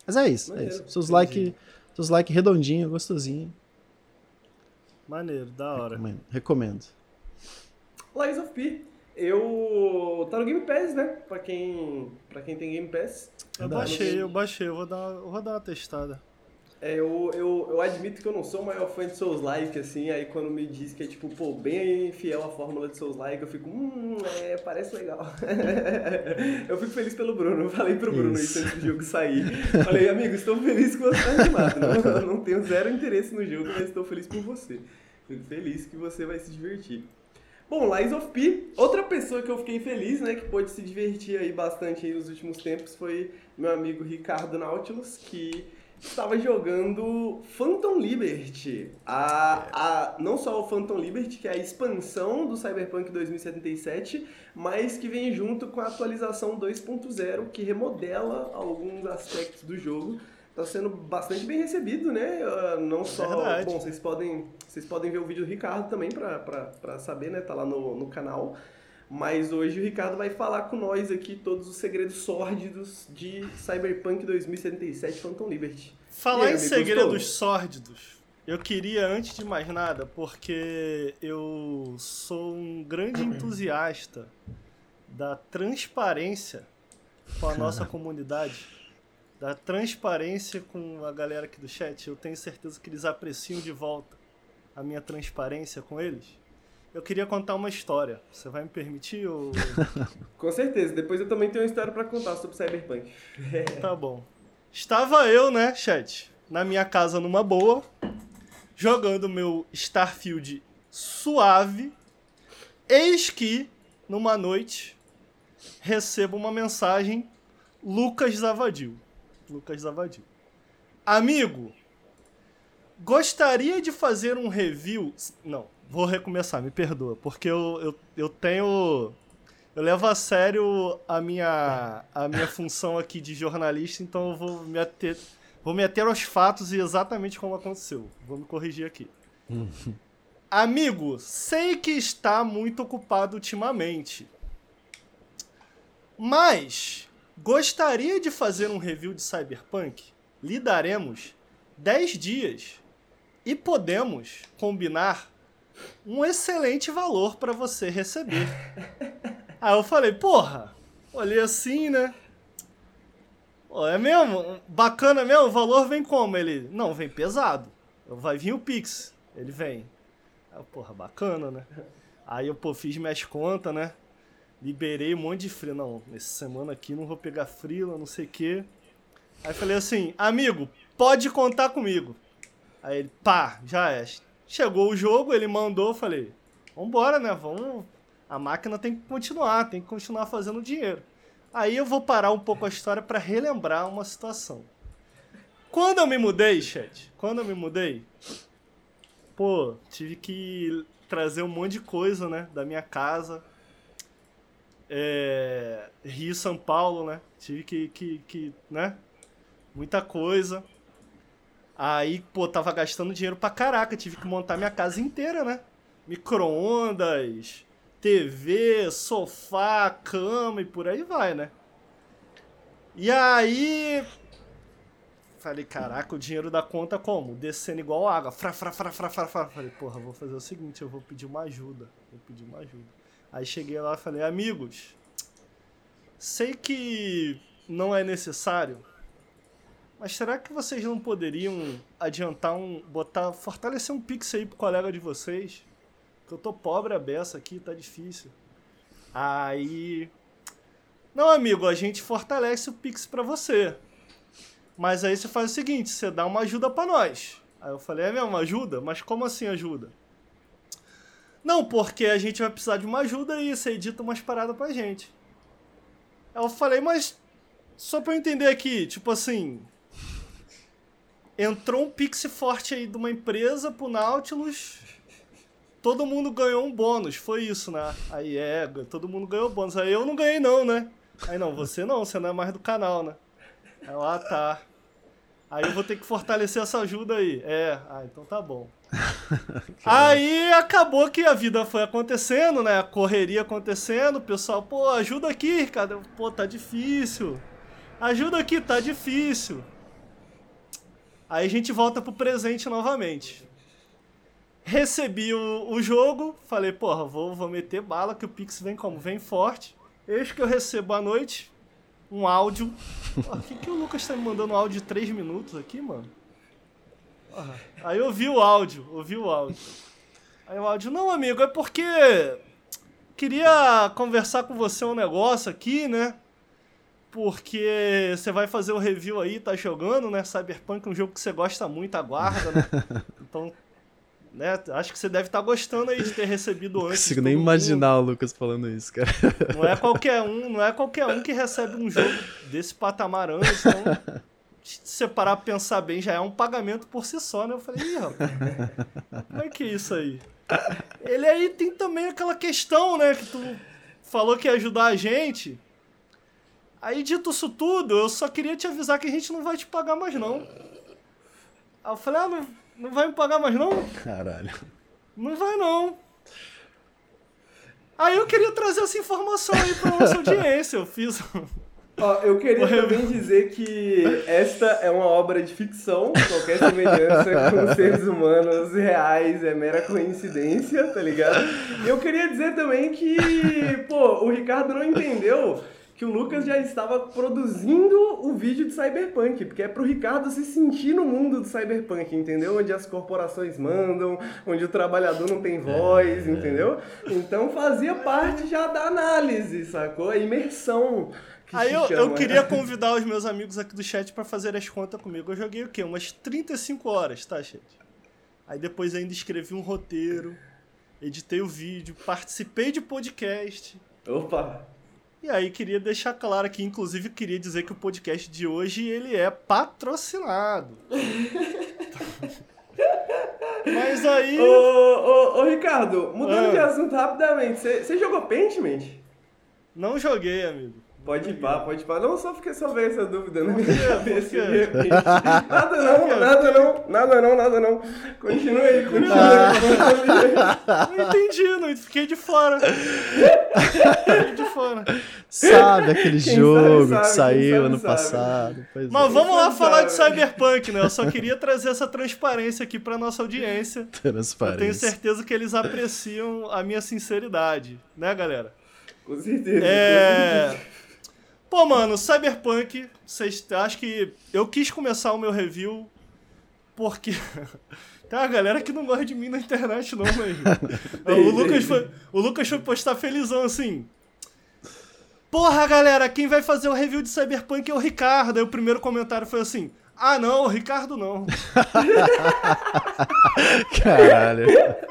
Mas é isso, é isso. Seus like redondinho, gostosinho. Maneiro, da hora. Recomendo. Lies of P. Tá no Game Pass, né? Pra quem tem Game Pass. Eu baixei. Eu vou dar uma testada. Eu admito que eu não sou o maior fã de Souls-like, assim, aí quando me diz que é tipo, pô, bem fiel à fórmula de Souls-like, eu fico, parece legal. Eu fico feliz pelo Bruno, eu falei pro Bruno isso antes do jogo sair. Falei, amigo, estou feliz que você tá animado, não tenho zero interesse no jogo, mas estou feliz por você. Fico feliz que você vai se divertir. Bom, Lies of P, outra pessoa que eu fiquei feliz, né, que pôde se divertir aí bastante aí nos últimos tempos foi meu amigo Ricardo Nautilus, que estava jogando Phantom Liberty, não só o Phantom Liberty, que é a expansão do Cyberpunk 2077, mas que vem junto com a atualização 2.0, que remodela alguns aspectos do jogo. Está sendo bastante bem recebido, né? Não só... Verdade. Bom, vocês podem ver o vídeo do Ricardo também para saber, né? Tá lá no canal. Mas hoje o Ricardo vai falar com nós aqui todos os segredos sórdidos de Cyberpunk 2077 Phantom Liberty. Falar em segredos sórdidos, eu queria, antes de mais nada, porque eu sou um grande entusiasta da transparência com a nossa comunidade, da transparência com a galera aqui do chat. Eu tenho certeza que eles apreciam de volta a minha transparência com eles. Eu queria contar uma história. Você vai me permitir? Ou... Com certeza. Depois eu também tenho uma história pra contar sobre Cyberpunk. Tá bom. Estava eu, né, chat, na minha casa numa boa, jogando meu Starfield suave, eis que, numa noite, recebo uma mensagem, Lucas Zavadil. Amigo, gostaria de fazer um review... Não. Vou recomeçar, me perdoa, porque eu tenho... Eu levo a sério a minha função aqui de jornalista, então eu vou me ater aos fatos e exatamente como aconteceu. Vou me corrigir aqui. Amigo, sei que está muito ocupado ultimamente, mas gostaria de fazer um review de Cyberpunk? Lhe daremos 10 dias e podemos combinar um excelente valor para você receber. Aí eu falei, porra, olhei assim, né? Pô, é mesmo? Bacana mesmo? O valor vem como? Ele, não, vem pesado. Vai vir o Pix. Ele vem. Aí eu, porra, bacana, né? Aí eu, fiz minhas contas, né? Liberei um monte de frio. Não, essa semana aqui não vou pegar frio, não sei o quê. Aí falei assim, amigo, pode contar comigo. Aí ele, pá, já é. Chegou o jogo, ele mandou, eu falei, vambora, né? Vamos. A máquina tem que continuar fazendo dinheiro. Aí eu vou parar um pouco a história para relembrar uma situação. Quando eu me mudei, chat, tive que trazer um monte de coisa, né, da minha casa. Rio, São Paulo, né? Tive que, né? Muita coisa. Aí, tava gastando dinheiro pra caraca. Tive que montar minha casa inteira, né? Micro-ondas, TV, sofá, cama e por aí vai, né? E aí... Falei, caraca, o dinheiro da conta como? Descendo igual água. Falei, porra, vou fazer o seguinte, eu vou pedir uma ajuda. Aí cheguei lá e falei, amigos, sei que não é necessário, mas será que vocês não poderiam adiantar fortalecer um Pix aí pro colega de vocês? Que eu tô pobre a beça aqui, tá difícil. Aí... Não, amigo, a gente fortalece o Pix pra você. Mas aí você faz o seguinte, você dá uma ajuda pra nós. Aí eu falei, é mesmo, ajuda? Mas como assim ajuda? Não, porque a gente vai precisar de uma ajuda e você edita umas paradas pra gente. Aí eu falei, mas só pra eu entender aqui, tipo assim... Entrou um Pix forte aí de uma empresa pro Nautilus, todo mundo ganhou um bônus, foi isso, né? Aí todo mundo ganhou bônus. Aí eu não ganhei não, né? Aí não, você não é mais do canal, né? Aí eu, tá. Aí eu vou ter que fortalecer essa ajuda aí. Então tá bom. Aí acabou que a vida foi acontecendo, né? A correria acontecendo, o pessoal, ajuda aqui, cara. Tá difícil. Ajuda aqui, tá difícil. Aí a gente volta pro presente novamente. Recebi o jogo, falei, porra, vou meter bala que o Pix vem como? Vem forte. Eis que eu recebo à noite um áudio. Por que o Lucas tá me mandando um áudio de 3 minutos aqui, mano? Porra. Aí eu ouvi o áudio. Aí o áudio, não, amigo, é porque queria conversar com você um negócio aqui, né? Porque você vai fazer o review aí, tá jogando, né? Cyberpunk é um jogo que você gosta muito, aguarda, né? Então, né? Acho que você deve estar gostando aí de ter recebido antes. Não consigo nem imaginar o Lucas falando isso, cara. Não é qualquer um que recebe um jogo desse patamar antes, então, se você parar pra pensar bem, já é um pagamento por si só, né? Eu falei, ih, rapaz, como é que é isso aí? Ele aí tem também aquela questão, né, que tu falou que ia ajudar a gente. Aí, dito isso tudo, eu só queria te avisar que a gente não vai te pagar mais, não. Aí eu falei, não vai me pagar mais, não? Caralho. Não vai, não. Aí eu queria trazer essa informação aí pra nossa audiência. Eu fiz... Ó, eu queria também dizer que esta é uma obra de ficção, qualquer semelhança com seres humanos reais é mera coincidência, tá ligado? E eu queria dizer também que, pô, o Ricardo não entendeu que o Lucas já estava produzindo o vídeo de Cyberpunk, porque é pro Ricardo se sentir no mundo do Cyberpunk, entendeu? Onde as corporações mandam, onde o trabalhador não tem voz, entendeu? Então fazia parte já da análise, sacou? A imersão. Aí eu queria convidar os meus amigos aqui do chat pra fazer as contas comigo. Eu joguei o quê? Umas 35 horas, tá, chat? Aí depois ainda escrevi um roteiro, editei o vídeo, participei de podcast. Opa! E aí queria deixar claro aqui, inclusive queria dizer que o podcast de hoje ele é patrocinado. Mas aí... Ô, Ricardo, mudando de assunto rapidamente, você jogou Pentiment? Não joguei, amigo. Pode ir pá. Não, só fiquei só ver essa dúvida na minha Por cabeça. quê? De repente. Nada não. Continua aí. Não entendi, não fiquei de fora. Sabe aquele Quem jogo sabe, que saiu quem ano sabe. passado? Pois Mas é. vamos lá falar de sabe. Cyberpunk, né? Eu só queria trazer essa transparência aqui pra nossa audiência. Eu tenho Transparência. certeza que eles apreciam a minha sinceridade, né, galera? Com certeza. Pô, mano, Cyberpunk, acho que eu quis começar o meu review porque tem uma galera que não gosta de mim na internet, não, velho. O Lucas foi postar felizão assim. Porra, galera, quem vai fazer o review de Cyberpunk é o Ricardo. Aí o primeiro comentário foi assim: ah, não, o Ricardo não. Caralho.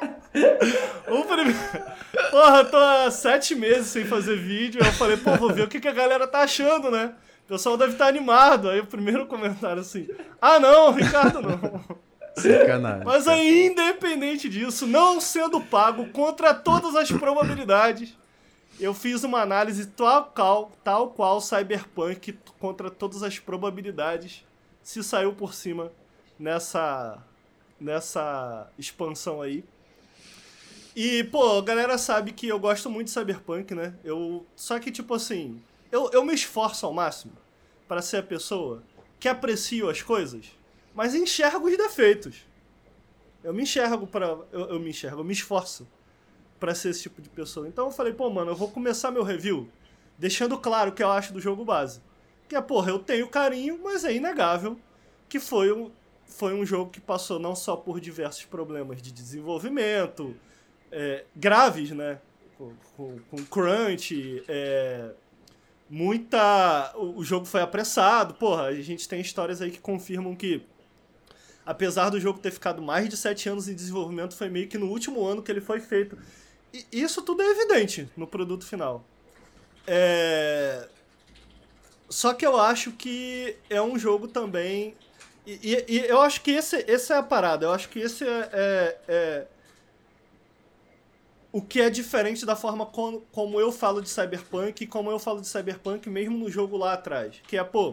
Porra, tô há 7 meses sem fazer vídeo. Aí eu falei, pô, vou ver o que a galera tá achando, né? O pessoal deve estar animado. Aí o primeiro comentário assim: ah, não, Ricardo não. Sacanagem. Mas aí, independente disso, não sendo pago contra todas as probabilidades, eu fiz uma análise tal qual Cyberpunk contra todas as probabilidades se saiu por cima nessa expansão aí. E, pô, a galera sabe que eu gosto muito de Cyberpunk, né? Só que, tipo assim, eu me esforço ao máximo para ser a pessoa que aprecio as coisas, mas enxergo os defeitos. Eu me esforço pra ser esse tipo de pessoa. Então eu falei, pô, mano, eu vou começar meu review deixando claro o que eu acho do jogo base. Que é, porra, eu tenho carinho, mas é inegável que foi um jogo que passou não só por diversos problemas de desenvolvimento, graves, né? Com crunch, o jogo foi apressado. Porra, a gente tem histórias aí que confirmam que, apesar do jogo ter ficado mais de 7 anos em desenvolvimento, foi meio que no último ano que ele foi feito. E isso tudo é evidente no produto final. Só que eu acho que é um jogo também... E eu acho que essa é a parada. Eu acho que esse é o que é diferente da forma como eu falo de Cyberpunk e como eu falo de Cyberpunk mesmo no jogo lá atrás. Que é, pô...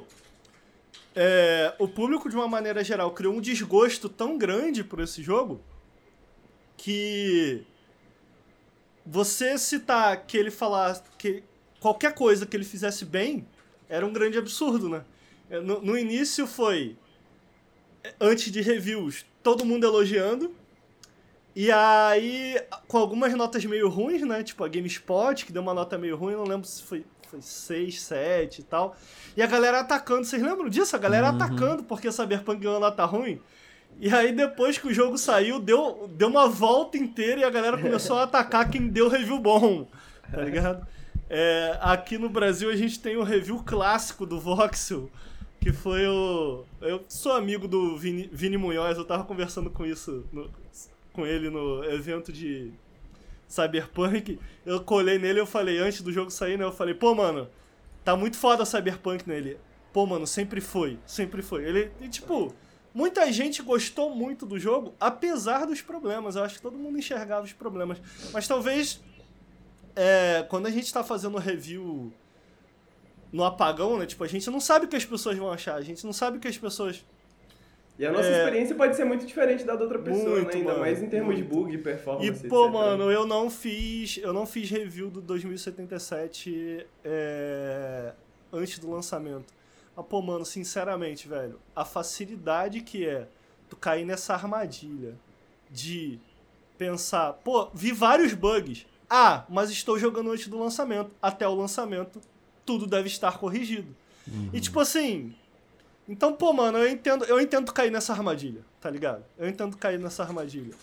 o público, de uma maneira geral, criou um desgosto tão grande por esse jogo que você citar que ele falasse que qualquer coisa que ele fizesse bem era um grande absurdo, né? No início foi antes de reviews, todo mundo elogiando. E aí, com algumas notas meio ruins, né? Tipo a GameSpot, que deu uma nota meio ruim, não lembro se foi 6, 7 e tal. E a galera atacando, vocês lembram disso? A galera atacando porque Cyberpunk ganhou nota ruim. E aí depois que o jogo saiu, deu uma volta inteira e a galera começou a atacar quem deu review bom, tá ligado? Aqui no Brasil a gente tem o review clássico do Voxel, que foi o... Eu sou amigo do Vini Munhoz, eu tava conversando com ele no evento de Cyberpunk. Eu colei nele e eu falei, antes do jogo sair, né? Eu falei, pô, mano, tá muito foda Cyberpunk nele. Pô, mano, sempre foi. Ele, e, tipo, muita gente gostou muito do jogo, apesar dos problemas. Eu acho que todo mundo enxergava os problemas. Mas talvez, quando a gente tá fazendo review no apagão, né? Tipo, a gente não sabe o que as pessoas vão achar. A gente não sabe o que as pessoas... E a nossa experiência pode ser muito diferente da outra pessoa, muito, né? Ainda mano, mais em termos muito. de bug, performance, E, pô, etc. mano, eu não fiz review do 2077 antes do lançamento. Mas, pô, mano, sinceramente, velho, a facilidade que é tu cair nessa armadilha de pensar, pô, vi vários bugs. Ah, mas estou jogando antes do lançamento. Até o lançamento, tudo deve estar corrigido. E, tipo assim... Então, pô, mano, eu entendo cair nessa armadilha, tá ligado? Eu entendo cair nessa armadilha.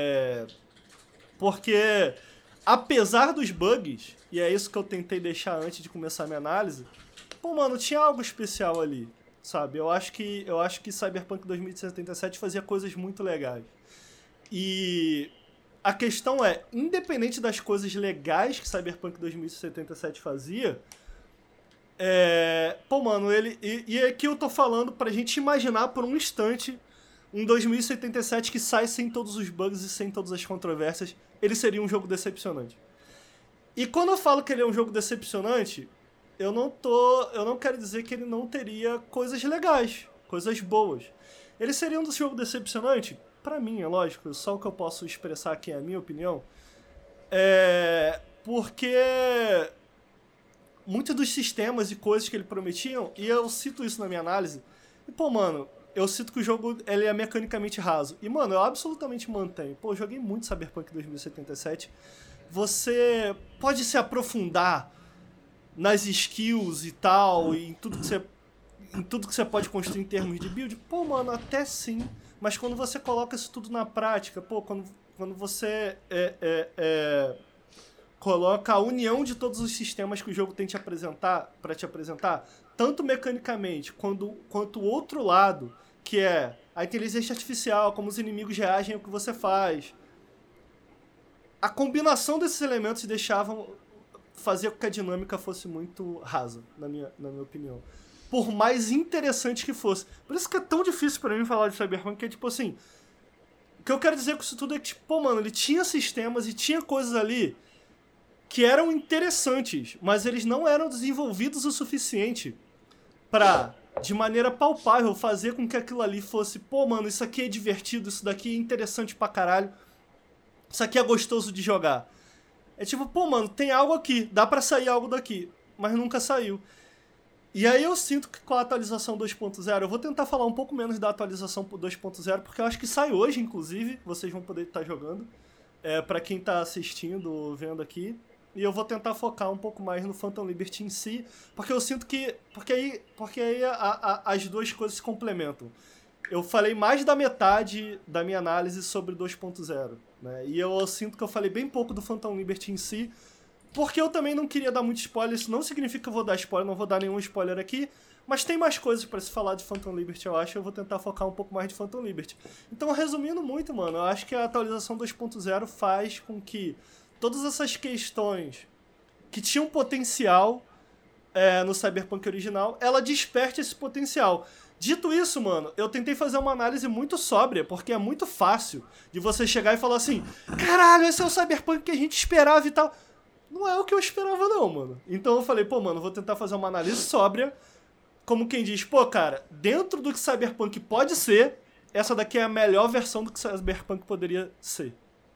Porque, apesar dos bugs, e é isso que eu tentei deixar antes de começar a minha análise, pô, mano, tinha algo especial ali, sabe? Eu acho que Cyberpunk 2077 fazia coisas muito legais. E a questão é, independente das coisas legais que Cyberpunk 2077 fazia... pô, mano, e aqui eu tô falando pra gente imaginar por um instante um 2077 que sai sem todos os bugs e sem todas as controvérsias. Ele seria um jogo decepcionante. E quando eu falo que ele é um jogo decepcionante, eu não quero dizer que ele não teria coisas legais, coisas boas. Ele seria um jogo decepcionante? Pra mim, é lógico, só o que eu posso expressar aqui é a minha opinião. Porque... muitos dos sistemas e coisas que ele prometiam, e eu cito isso na minha análise, e pô, mano, eu cito que o jogo ele é mecanicamente raso. E, mano, eu absolutamente mantenho. Pô, eu joguei muito Cyberpunk 2077. Você pode se aprofundar nas skills e tal, e em tudo que você pode construir em termos de build. Pô, mano, até sim. Mas quando você coloca isso tudo na prática, pô, quando você coloca a união de todos os sistemas que o jogo tem para te apresentar, tanto mecanicamente quanto o outro lado, que é a inteligência artificial, como os inimigos reagem ao que você faz. A combinação desses elementos fazia com que a dinâmica fosse muito rasa, na minha opinião. Por mais interessante que fosse. Por isso que é tão difícil pra mim falar de Cyberpunk, que é tipo assim... O que eu quero dizer com isso tudo é que, tipo, pô, mano, ele tinha sistemas e tinha coisas ali que eram interessantes, mas eles não eram desenvolvidos o suficiente pra, de maneira palpável, fazer com que aquilo ali fosse, pô, mano, isso aqui é divertido, isso daqui é interessante pra caralho, isso aqui é gostoso de jogar. É tipo, pô, mano, tem algo aqui, dá pra sair algo daqui, mas nunca saiu. E aí eu sinto que com a atualização 2.0, eu vou tentar falar um pouco menos da atualização 2.0, porque eu acho que sai hoje, inclusive, vocês vão poder estar jogando, pra quem tá assistindo ou vendo aqui. E eu vou tentar focar um pouco mais no Phantom Liberty em si, porque eu sinto que... Porque aí as duas coisas se complementam. Eu falei mais da metade da minha análise sobre 2.0, né? E eu sinto que eu falei bem pouco do Phantom Liberty em si, porque eu também não queria dar muito spoiler. Isso não significa que eu vou dar spoiler, não vou dar nenhum spoiler aqui, mas tem mais coisas pra se falar de Phantom Liberty, eu acho. Eu vou tentar focar um pouco mais de Phantom Liberty. Então, resumindo muito, mano, eu acho que a atualização 2.0 faz com que todas essas questões que tinham potencial no Cyberpunk original, ela desperte esse potencial. Dito isso, mano, eu tentei fazer uma análise muito sóbria, porque é muito fácil de você chegar e falar assim, caralho, esse é o Cyberpunk que a gente esperava e tal. Não é o que eu esperava não, mano. Então eu falei, pô, mano, vou tentar fazer uma análise sóbria, como quem diz, pô, cara, dentro do que Cyberpunk pode ser, essa daqui é a melhor versão do que Cyberpunk poderia ser.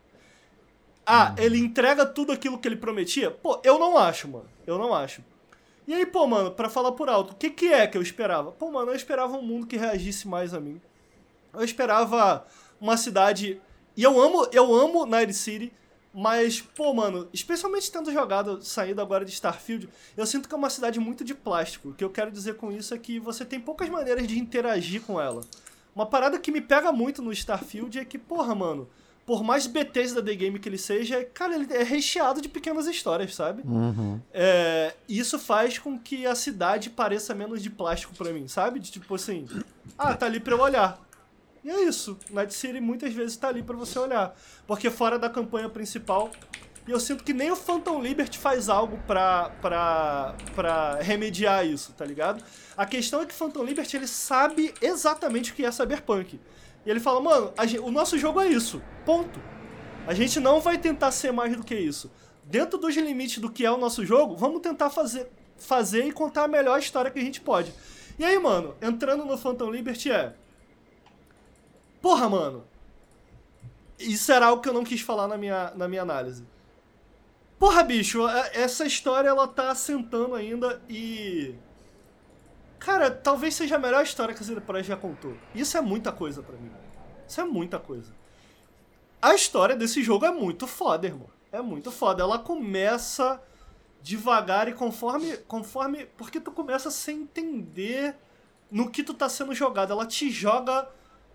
Ah, ele entrega tudo aquilo que ele prometia? Pô, eu não acho, mano. Eu não acho. E aí, pô, mano, pra falar por alto, o que é que eu esperava? Pô, mano, eu esperava um mundo que reagisse mais a mim. Eu esperava uma cidade... E eu amo Night City, mas, pô, mano, especialmente tendo saído agora de Starfield, eu sinto que é uma cidade muito de plástico. O que eu quero dizer com isso é que você tem poucas maneiras de interagir com ela. Uma parada que me pega muito no Starfield é que, porra, mano, por mais Bethesda The Game que ele seja, cara, ele é recheado de pequenas histórias, sabe? Uhum. Isso faz com que a cidade pareça menos de plástico pra mim, sabe? De tipo assim, tá ali pra eu olhar. E é isso. Night City muitas vezes tá ali pra você olhar. Porque fora da campanha principal, e eu sinto que nem o Phantom Liberty faz algo pra remediar isso, tá ligado? A questão é que o Phantom Liberty, ele sabe exatamente o que é Cyberpunk. E ele fala, mano, o nosso jogo é isso, ponto. A gente não vai tentar ser mais do que isso. Dentro dos limites do que é o nosso jogo, vamos tentar fazer e contar a melhor história que a gente pode. E aí, mano, entrando no Phantom Liberty porra, mano, isso era algo que eu não quis falar na minha análise. Porra, bicho, essa história, ela tá assentando ainda e... Cara, talvez seja a melhor história que a CD Projekt já contou. Isso é muita coisa pra mim. Isso é muita coisa. A história desse jogo é muito foda, irmão. É muito foda. Ela começa devagar e conforme... Porque tu começa sem entender no que tu tá sendo jogado. Ela te joga...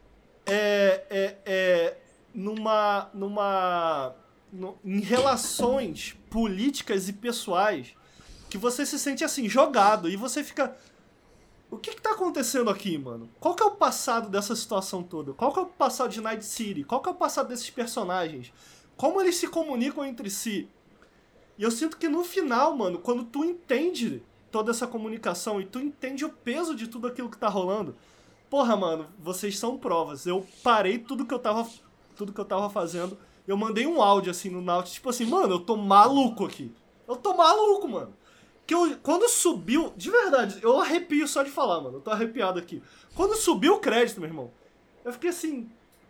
em relações políticas e pessoais que você se sente assim, jogado, e você fica... O que tá acontecendo aqui, mano? Qual que é o passado dessa situação toda? Qual que é o passado de Night City? Qual que é o passado desses personagens? Como eles se comunicam entre si? E eu sinto que no final, mano, quando tu entende toda essa comunicação e tu entende o peso de tudo aquilo que tá rolando, porra, mano, vocês são provas. Eu parei tudo que eu tava fazendo. Eu mandei um áudio, assim, no Nautilus, tipo assim, mano, eu tô maluco aqui. Eu tô maluco, mano. Quando subiu... De verdade, eu arrepio só de falar, mano. Eu tô arrepiado aqui. Quando subiu o crédito, meu irmão, eu fiquei assim...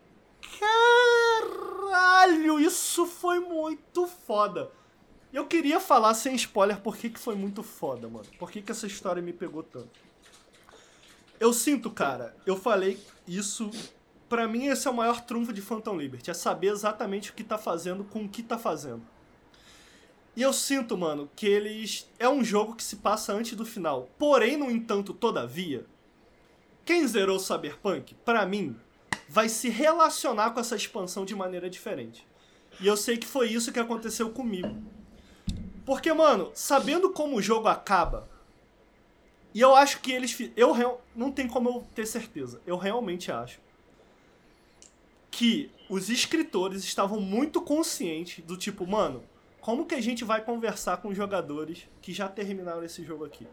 Caralho, isso foi muito foda. Eu queria falar sem spoiler por que foi muito foda, mano. Por que essa história me pegou tanto. Eu sinto, cara, eu falei isso... Pra mim, esse é o maior trunfo de Phantom Liberty. É saber exatamente o que tá fazendo com o que tá fazendo. E eu sinto, mano, que é um jogo que se passa antes do final. Porém, no entanto, todavia, quem zerou Cyberpunk, pra mim, vai se relacionar com essa expansão de maneira diferente. E eu sei que foi isso que aconteceu comigo. Porque, mano, sabendo como o jogo acaba, e eu acho que não tem como eu ter certeza. Eu realmente acho que os escritores estavam muito conscientes do tipo, mano, como que a gente vai conversar com os jogadores que já terminaram esse jogo aqui?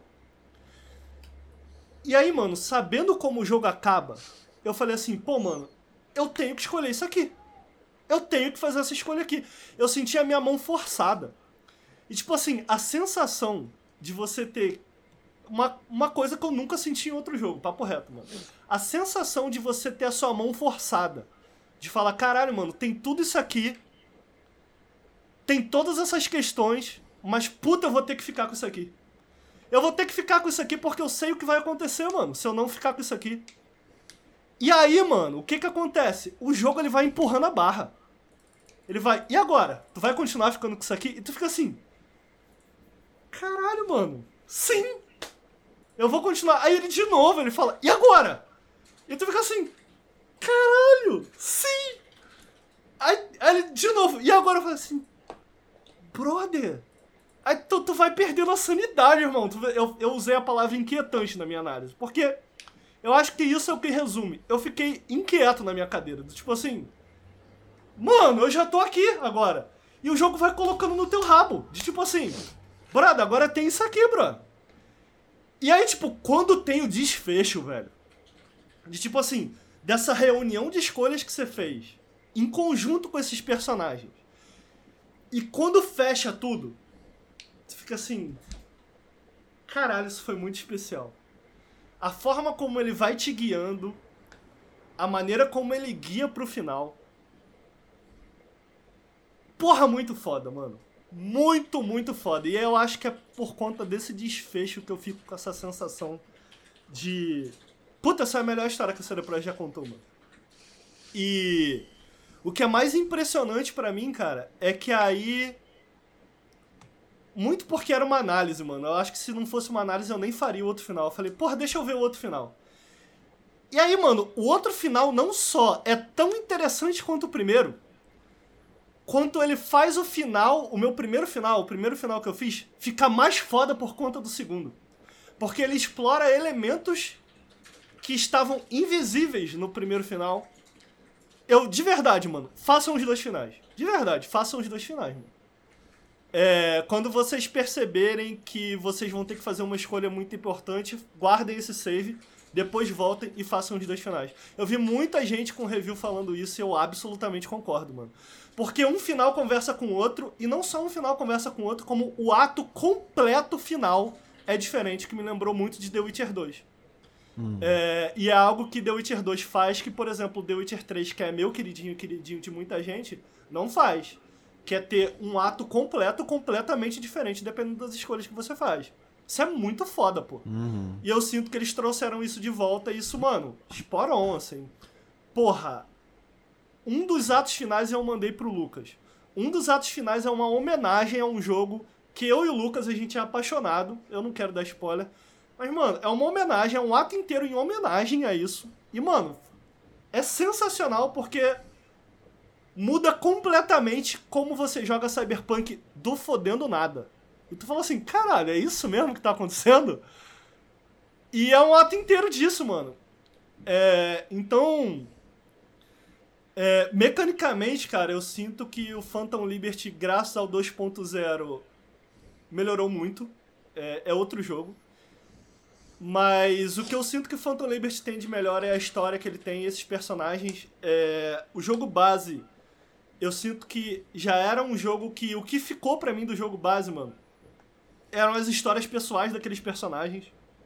E aí, mano, sabendo como o jogo acaba, eu falei assim, pô, mano, eu tenho que escolher isso aqui. Eu tenho que fazer essa escolha aqui. Eu senti a minha mão forçada. E tipo assim, a sensação de você ter uma coisa que eu nunca senti em outro jogo, papo reto, mano. A sensação de você ter a sua mão forçada. De falar, caralho, mano, tem tudo isso aqui, tem todas essas questões, mas puta, eu vou ter que ficar com isso aqui. Eu vou ter que ficar com isso aqui porque eu sei o que vai acontecer, mano, se eu não ficar com isso aqui. E aí, mano, o que acontece? O jogo, ele vai empurrando a barra. Ele vai, e agora? Tu vai continuar ficando com isso aqui? E tu fica assim, caralho, mano, sim, eu vou continuar. Aí ele de novo, ele fala, e agora? E tu fica assim, caralho, sim! Aí ele, de novo, e agora eu falei assim, brother, aí tu vai perdendo a sanidade, irmão. Eu usei a palavra inquietante na minha análise, porque eu acho que isso é o que resume. Eu fiquei inquieto na minha cadeira, tipo assim, mano, eu já tô aqui agora. E o jogo vai colocando no teu rabo, de tipo assim, brother, agora tem isso aqui, bro. E aí, tipo, quando tem o desfecho, velho, de tipo assim, dessa reunião de escolhas que você fez, em conjunto com esses personagens, e quando fecha tudo, você fica assim, caralho, isso foi muito especial. A forma como ele vai te guiando, a maneira como ele guia pro final, porra, muito foda, mano. Muito, muito foda. E eu acho que é por conta desse desfecho que eu fico com essa sensação de... Puta, essa é a melhor história que a CD Projekt já contou, mano. E o que é mais impressionante pra mim, cara, é que aí... Muito porque era uma análise, mano. Eu acho que se não fosse uma análise eu nem faria o outro final. Eu falei, porra, deixa eu ver o outro final. E aí, mano, o outro final não só é tão interessante quanto o primeiro, quanto ele faz o final, o primeiro final que eu fiz, ficar mais foda por conta do segundo. Porque ele explora elementos que estavam invisíveis no primeiro final. De verdade, mano, façam os dois finais. De verdade, façam os dois finais, mano. Quando vocês perceberem que vocês vão ter que fazer uma escolha muito importante, guardem esse save, depois voltem e façam os dois finais. Eu vi muita gente com review falando isso e eu absolutamente concordo, mano. Porque um final conversa com o outro, e não só um final conversa com o outro, como o ato completo final é diferente, que me lembrou muito de The Witcher 2. E é algo que The Witcher 2 faz que, por exemplo, The Witcher 3, que é meu queridinho de muita gente, não faz. Que é ter um ato completo, completamente diferente, dependendo das escolhas que você faz. Isso é muito foda, pô. E eu sinto que eles trouxeram isso de volta, e isso, mano, spot on, assim. Porra, um dos atos finais eu mandei pro Lucas. Um dos atos finais é uma homenagem a um jogo que eu e o Lucas, a gente é apaixonado. Eu não quero dar spoiler. Mas, mano, é uma homenagem, é um ato inteiro em homenagem a isso. E, mano, é sensacional porque... muda completamente como você joga Cyberpunk do fodendo nada. E tu fala assim, caralho, é isso mesmo que tá acontecendo? E é um ato inteiro disso, mano. Então, mecanicamente, cara, eu sinto que o Phantom Liberty, graças ao 2.0, melhorou muito. É outro jogo. Mas o que eu sinto que o Phantom Liberty tem de melhor é a história que ele tem e esses personagens. O jogo base... eu sinto que já era um jogo que... o que ficou pra mim do jogo base, mano, eram as histórias pessoais daqueles personagens.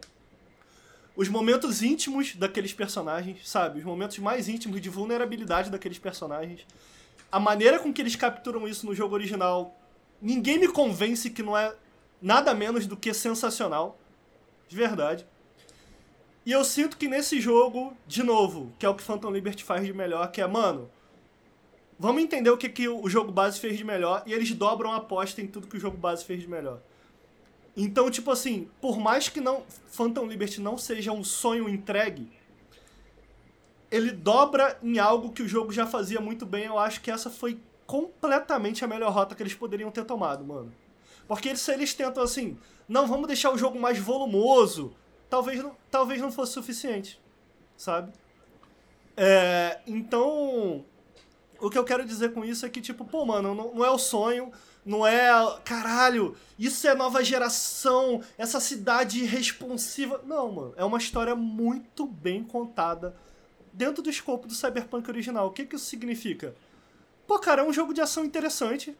Os momentos íntimos daqueles personagens, sabe? Os momentos mais íntimos de vulnerabilidade daqueles personagens. A maneira com que eles capturam isso no jogo original, ninguém me convence que não é nada menos do que sensacional. De verdade. E eu sinto que nesse jogo, de novo, que é o que Phantom Liberty faz de melhor, que é, mano... vamos entender o que o jogo base fez de melhor e eles dobram a aposta em tudo que o jogo base fez de melhor. Então, tipo assim, por mais que Phantom Liberty não seja um sonho entregue, ele dobra em algo que o jogo já fazia muito bem. Eu acho que essa foi completamente a melhor rota que eles poderiam ter tomado, mano. Porque se eles tentam assim, não, vamos deixar o jogo mais volumoso, talvez não fosse suficiente, sabe? Então... o que eu quero dizer com isso é que, tipo, pô, mano, não é o sonho, não é... caralho, isso é nova geração, essa cidade responsiva... não, mano, é uma história muito bem contada dentro do escopo do Cyberpunk original. O que isso significa? Pô, cara, é um jogo de ação interessante,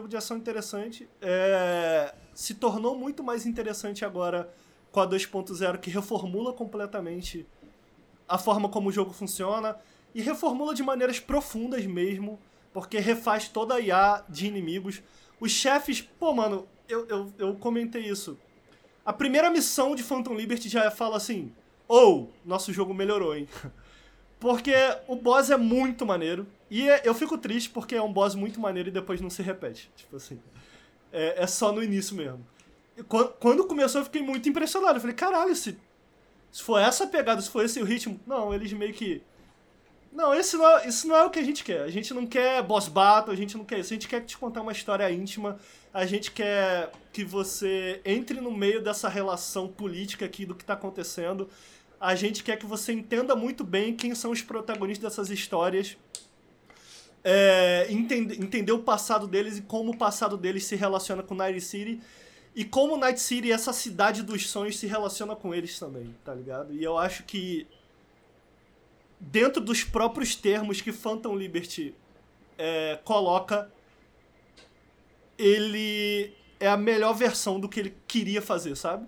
se tornou muito mais interessante agora com a 2.0, que reformula completamente a forma como o jogo funciona... e reformula de maneiras profundas mesmo, porque refaz toda a IA de inimigos. Os chefes... pô, mano, eu comentei isso. A primeira missão de Phantom Liberty já fala assim... nosso jogo melhorou, hein? Porque o boss é muito maneiro. E eu fico triste porque é um boss muito maneiro e depois não se repete. Tipo assim... é só no início mesmo. E quando começou eu fiquei muito impressionado. Eu falei, caralho, se for essa pegada, se for esse o ritmo... não, eles meio que... não, isso não é o que a gente quer. A gente não quer boss battle, a gente não quer isso. A gente quer te contar uma história íntima. A gente quer que você entre no meio dessa relação política aqui do que tá acontecendo. A gente quer que você entenda muito bem quem são os protagonistas dessas histórias. Entender o passado deles e como o passado deles se relaciona com Night City. E como Night City, essa cidade dos sonhos, se relaciona com eles também, tá ligado? E eu acho que dentro dos próprios termos que Phantom Liberty coloca, ele é a melhor versão do que ele queria fazer, sabe?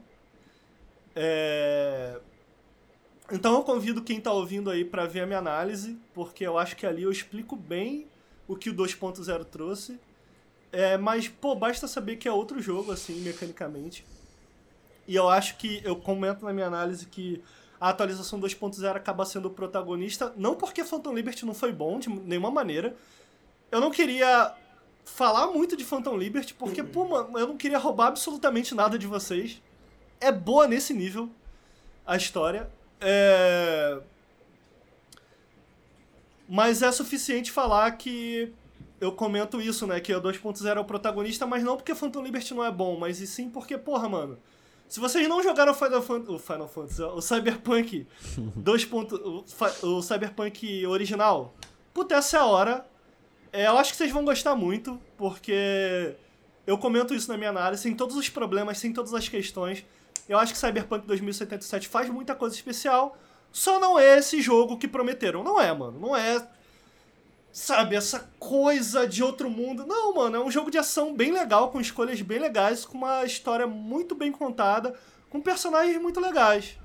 Então eu convido quem tá ouvindo aí pra ver a minha análise, porque eu acho que ali eu explico bem o que o 2.0 trouxe. Mas, pô, basta saber que é outro jogo, assim, mecanicamente. E eu acho que, eu comento na minha análise que a atualização 2.0 acaba sendo o protagonista, não porque Phantom Liberty não foi bom de nenhuma maneira. Eu não queria falar muito de Phantom Liberty, porque, pô, mano, eu não queria roubar absolutamente nada de vocês. É boa nesse nível a história. Mas é suficiente falar que eu comento isso, né? Que o 2.0 é o protagonista, mas não porque Phantom Liberty não é bom, mas e sim porque, porra, mano, se vocês não jogaram o Final Fantasy, o Cyberpunk o Cyberpunk original, puta, essa é a hora. Eu acho que vocês vão gostar muito, porque eu comento isso na minha análise, sem todos os problemas, sem todas as questões. Eu acho que Cyberpunk 2077 faz muita coisa especial, só não é esse jogo que prometeram. Não é, mano. Não é, sabe, essa coisa de outro mundo. Não, mano, é um jogo de ação bem legal, com escolhas bem legais, com uma história muito bem contada, com personagens muito legais.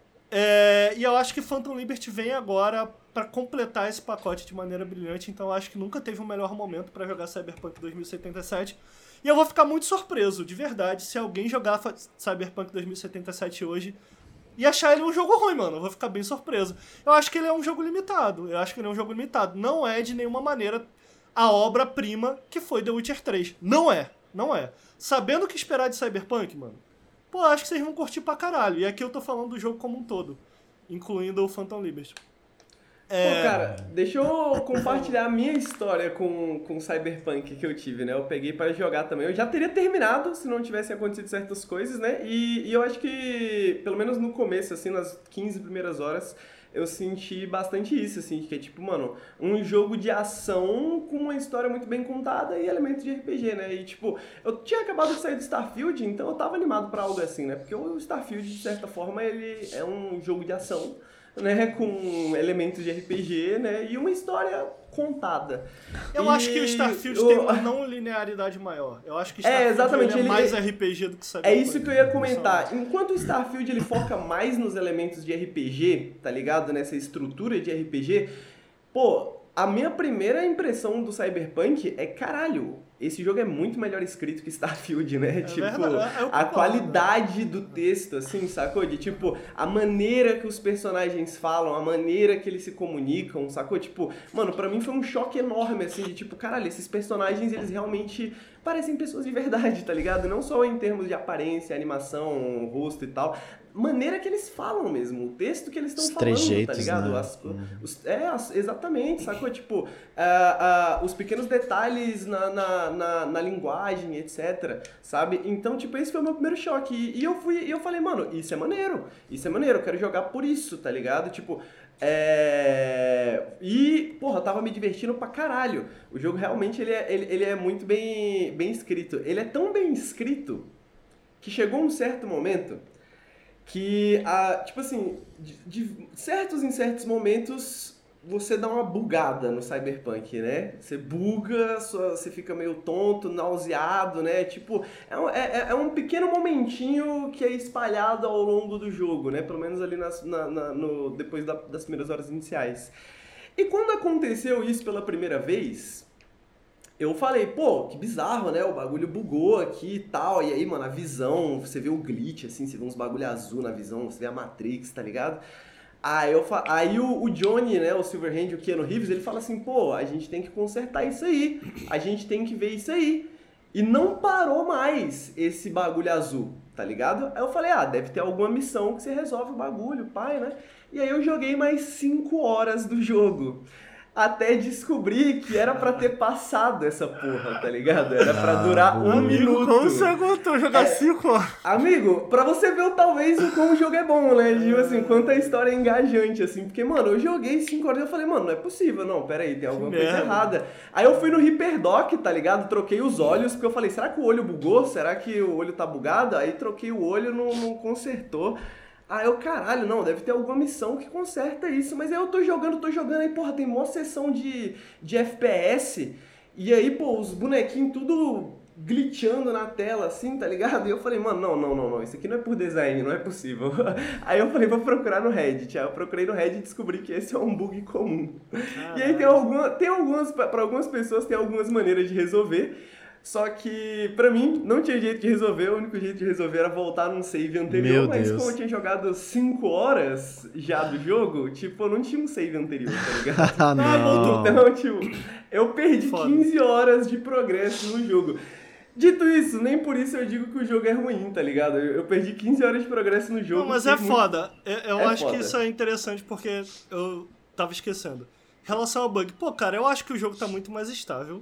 E eu acho que Phantom Liberty vem agora pra completar esse pacote de maneira brilhante, então eu acho que nunca teve um melhor momento pra jogar Cyberpunk 2077. E eu vou ficar muito surpreso, de verdade, se alguém jogar Cyberpunk 2077 hoje e achar ele um jogo ruim, mano. Eu vou ficar bem surpreso. Eu acho que ele é um jogo limitado. Não é de nenhuma maneira a obra-prima que foi The Witcher 3. Não é. Sabendo o que esperar de Cyberpunk, mano, pô, acho que vocês vão curtir pra caralho. E aqui eu tô falando do jogo como um todo, incluindo o Phantom Liberty. Pô, cara, deixa eu compartilhar a minha história com Cyberpunk que eu tive, né? Eu peguei pra jogar também. Eu já teria terminado se não tivessem acontecido certas coisas, né? E eu acho que, pelo menos no começo, assim, nas 15 primeiras horas, eu senti bastante isso, assim, que é tipo, mano, um jogo de ação com uma história muito bem contada e elementos de RPG, né? E, tipo, eu tinha acabado de sair do Starfield, então eu tava animado pra algo assim, né? Porque o Starfield, de certa forma, ele é um jogo de ação, né, com elementos de RPG, né, e uma história contada. Eu acho que o Starfield tem uma não linearidade maior. Eu acho que o Starfield exatamente, ele é mais RPG do que Cyberpunk. É isso que eu ia comentar. Enquanto o Starfield ele foca mais nos elementos de RPG, tá ligado? Nessa estrutura de RPG, pô, a minha primeira impressão do Cyberpunk é, caralho, esse jogo é muito melhor escrito que Starfield, né? A qualidade do texto, assim, sacou? De, tipo, a maneira que os personagens falam, a maneira que eles se comunicam, sacou? Tipo, mano, pra mim foi um choque enorme, assim, de tipo, caralho, esses personagens, eles realmente parecem pessoas de verdade, tá ligado? Não só em termos de aparência, animação, rosto e tal, maneira que eles falam mesmo, o texto que eles estão falando, tá ligado? Né? Exatamente, sacou? Tipo, os pequenos detalhes na linguagem, etc, sabe? Então, tipo, esse foi o meu primeiro choque. E eu falei, mano, isso é maneiro, eu quero jogar por isso, tá ligado? Tipo, e, porra, eu tava me divertindo pra caralho. O jogo realmente, ele é muito bem escrito. Ele é tão bem escrito que chegou um certo momento que, tipo assim, de certos em certos momentos você dá uma bugada no Cyberpunk, né? Você buga, você fica meio tonto, nauseado, né? Tipo, é um pequeno momentinho que é espalhado ao longo do jogo, né? Pelo menos ali depois das primeiras horas iniciais. E quando aconteceu isso pela primeira vez, eu falei, pô, que bizarro, né? O bagulho bugou aqui e tal. E aí, mano, a visão, você vê o glitch, assim, você vê uns bagulho azul na visão, você vê a Matrix, tá ligado? Aí o Johnny, né, o Silverhand, o Keanu Reeves, ele fala assim, pô, a gente tem que consertar isso aí, a gente tem que ver isso aí. E não parou mais esse bagulho azul, tá ligado? Aí eu falei, deve ter alguma missão que você resolve o bagulho, pai, né? E aí eu joguei mais 5 horas do jogo. Até descobrir que era pra ter passado essa porra, tá ligado? Era pra durar 1 minuto. Como você aguentou jogar 5 horas? Amigo, pra você ver talvez como o jogo é bom, né? Tipo assim, quanto a história é engajante, assim. Porque, mano, eu joguei 5 horas e eu falei, mano, não é possível, não, pera aí, tem alguma coisa errada. Aí eu fui no Hyperdoc, tá ligado? Troquei os olhos, porque eu falei, será que o olho bugou? Será que o olho tá bugado? Aí troquei o olho, não consertou. Aí eu, caralho, não, deve ter alguma missão que conserta isso. Mas aí eu tô jogando, aí, porra, tem mó sessão de FPS. E aí, pô, os bonequinhos tudo glitchando na tela, assim, tá ligado? E eu falei, mano, não, isso aqui não é por design, não é possível. Aí eu falei, vou procurar no Reddit. Aí eu procurei no Reddit e descobri que esse é um bug comum. E aí pra algumas pessoas tem algumas maneiras de resolver. Só que, pra mim, não tinha jeito de resolver, o único jeito de resolver era voltar num save anterior, Meu mas Deus. como eu tinha jogado 5 horas já do jogo, tipo, eu não tinha um save anterior, tá ligado? Ah, não. Então, tipo, eu perdi Foda. 15 horas de progresso no jogo. Dito isso, nem por isso eu digo que o jogo é ruim, tá ligado? Eu perdi 15 horas de progresso no jogo. Não, mas fiquei é muito- foda. Eu É acho foda. que isso é interessante porque eu tava esquecendo. Em relação ao bug, pô, cara, eu acho que o jogo tá muito mais estável.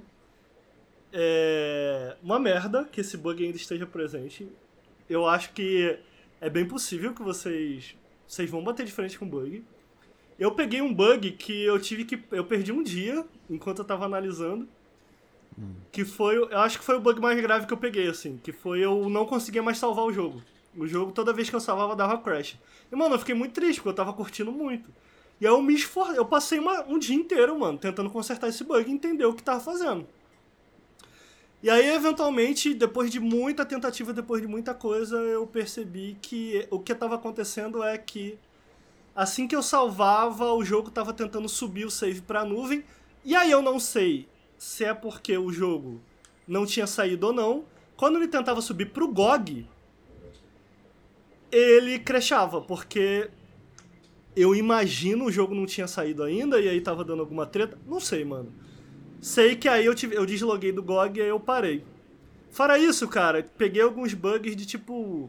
É uma merda que esse bug ainda esteja presente. Eu acho que é bem possível que vocês vão bater de frente com o bug. Eu peguei um bug que eu perdi um dia enquanto eu tava analisando. Que foi, eu acho que foi o bug mais grave que eu peguei, assim. Que foi eu não conseguia mais salvar o jogo. O jogo, toda vez que eu salvava, dava crash. E, mano, eu fiquei muito triste, porque eu tava curtindo muito. E aí eu passei um dia inteiro, mano, tentando consertar esse bug e entender o que tava fazendo. E aí, eventualmente, depois de muita tentativa, depois de muita coisa, eu percebi que o que tava acontecendo é que assim que eu salvava, o jogo tava tentando subir o save pra nuvem. E aí eu não sei se é porque o jogo não tinha saído ou não. Quando ele tentava subir pro GOG, ele crashava, porque eu imagino o jogo não tinha saído ainda e aí tava dando alguma treta. Não sei, mano. Sei que aí eu desloguei do GOG e aí eu parei. Fora isso, cara, peguei alguns bugs de tipo...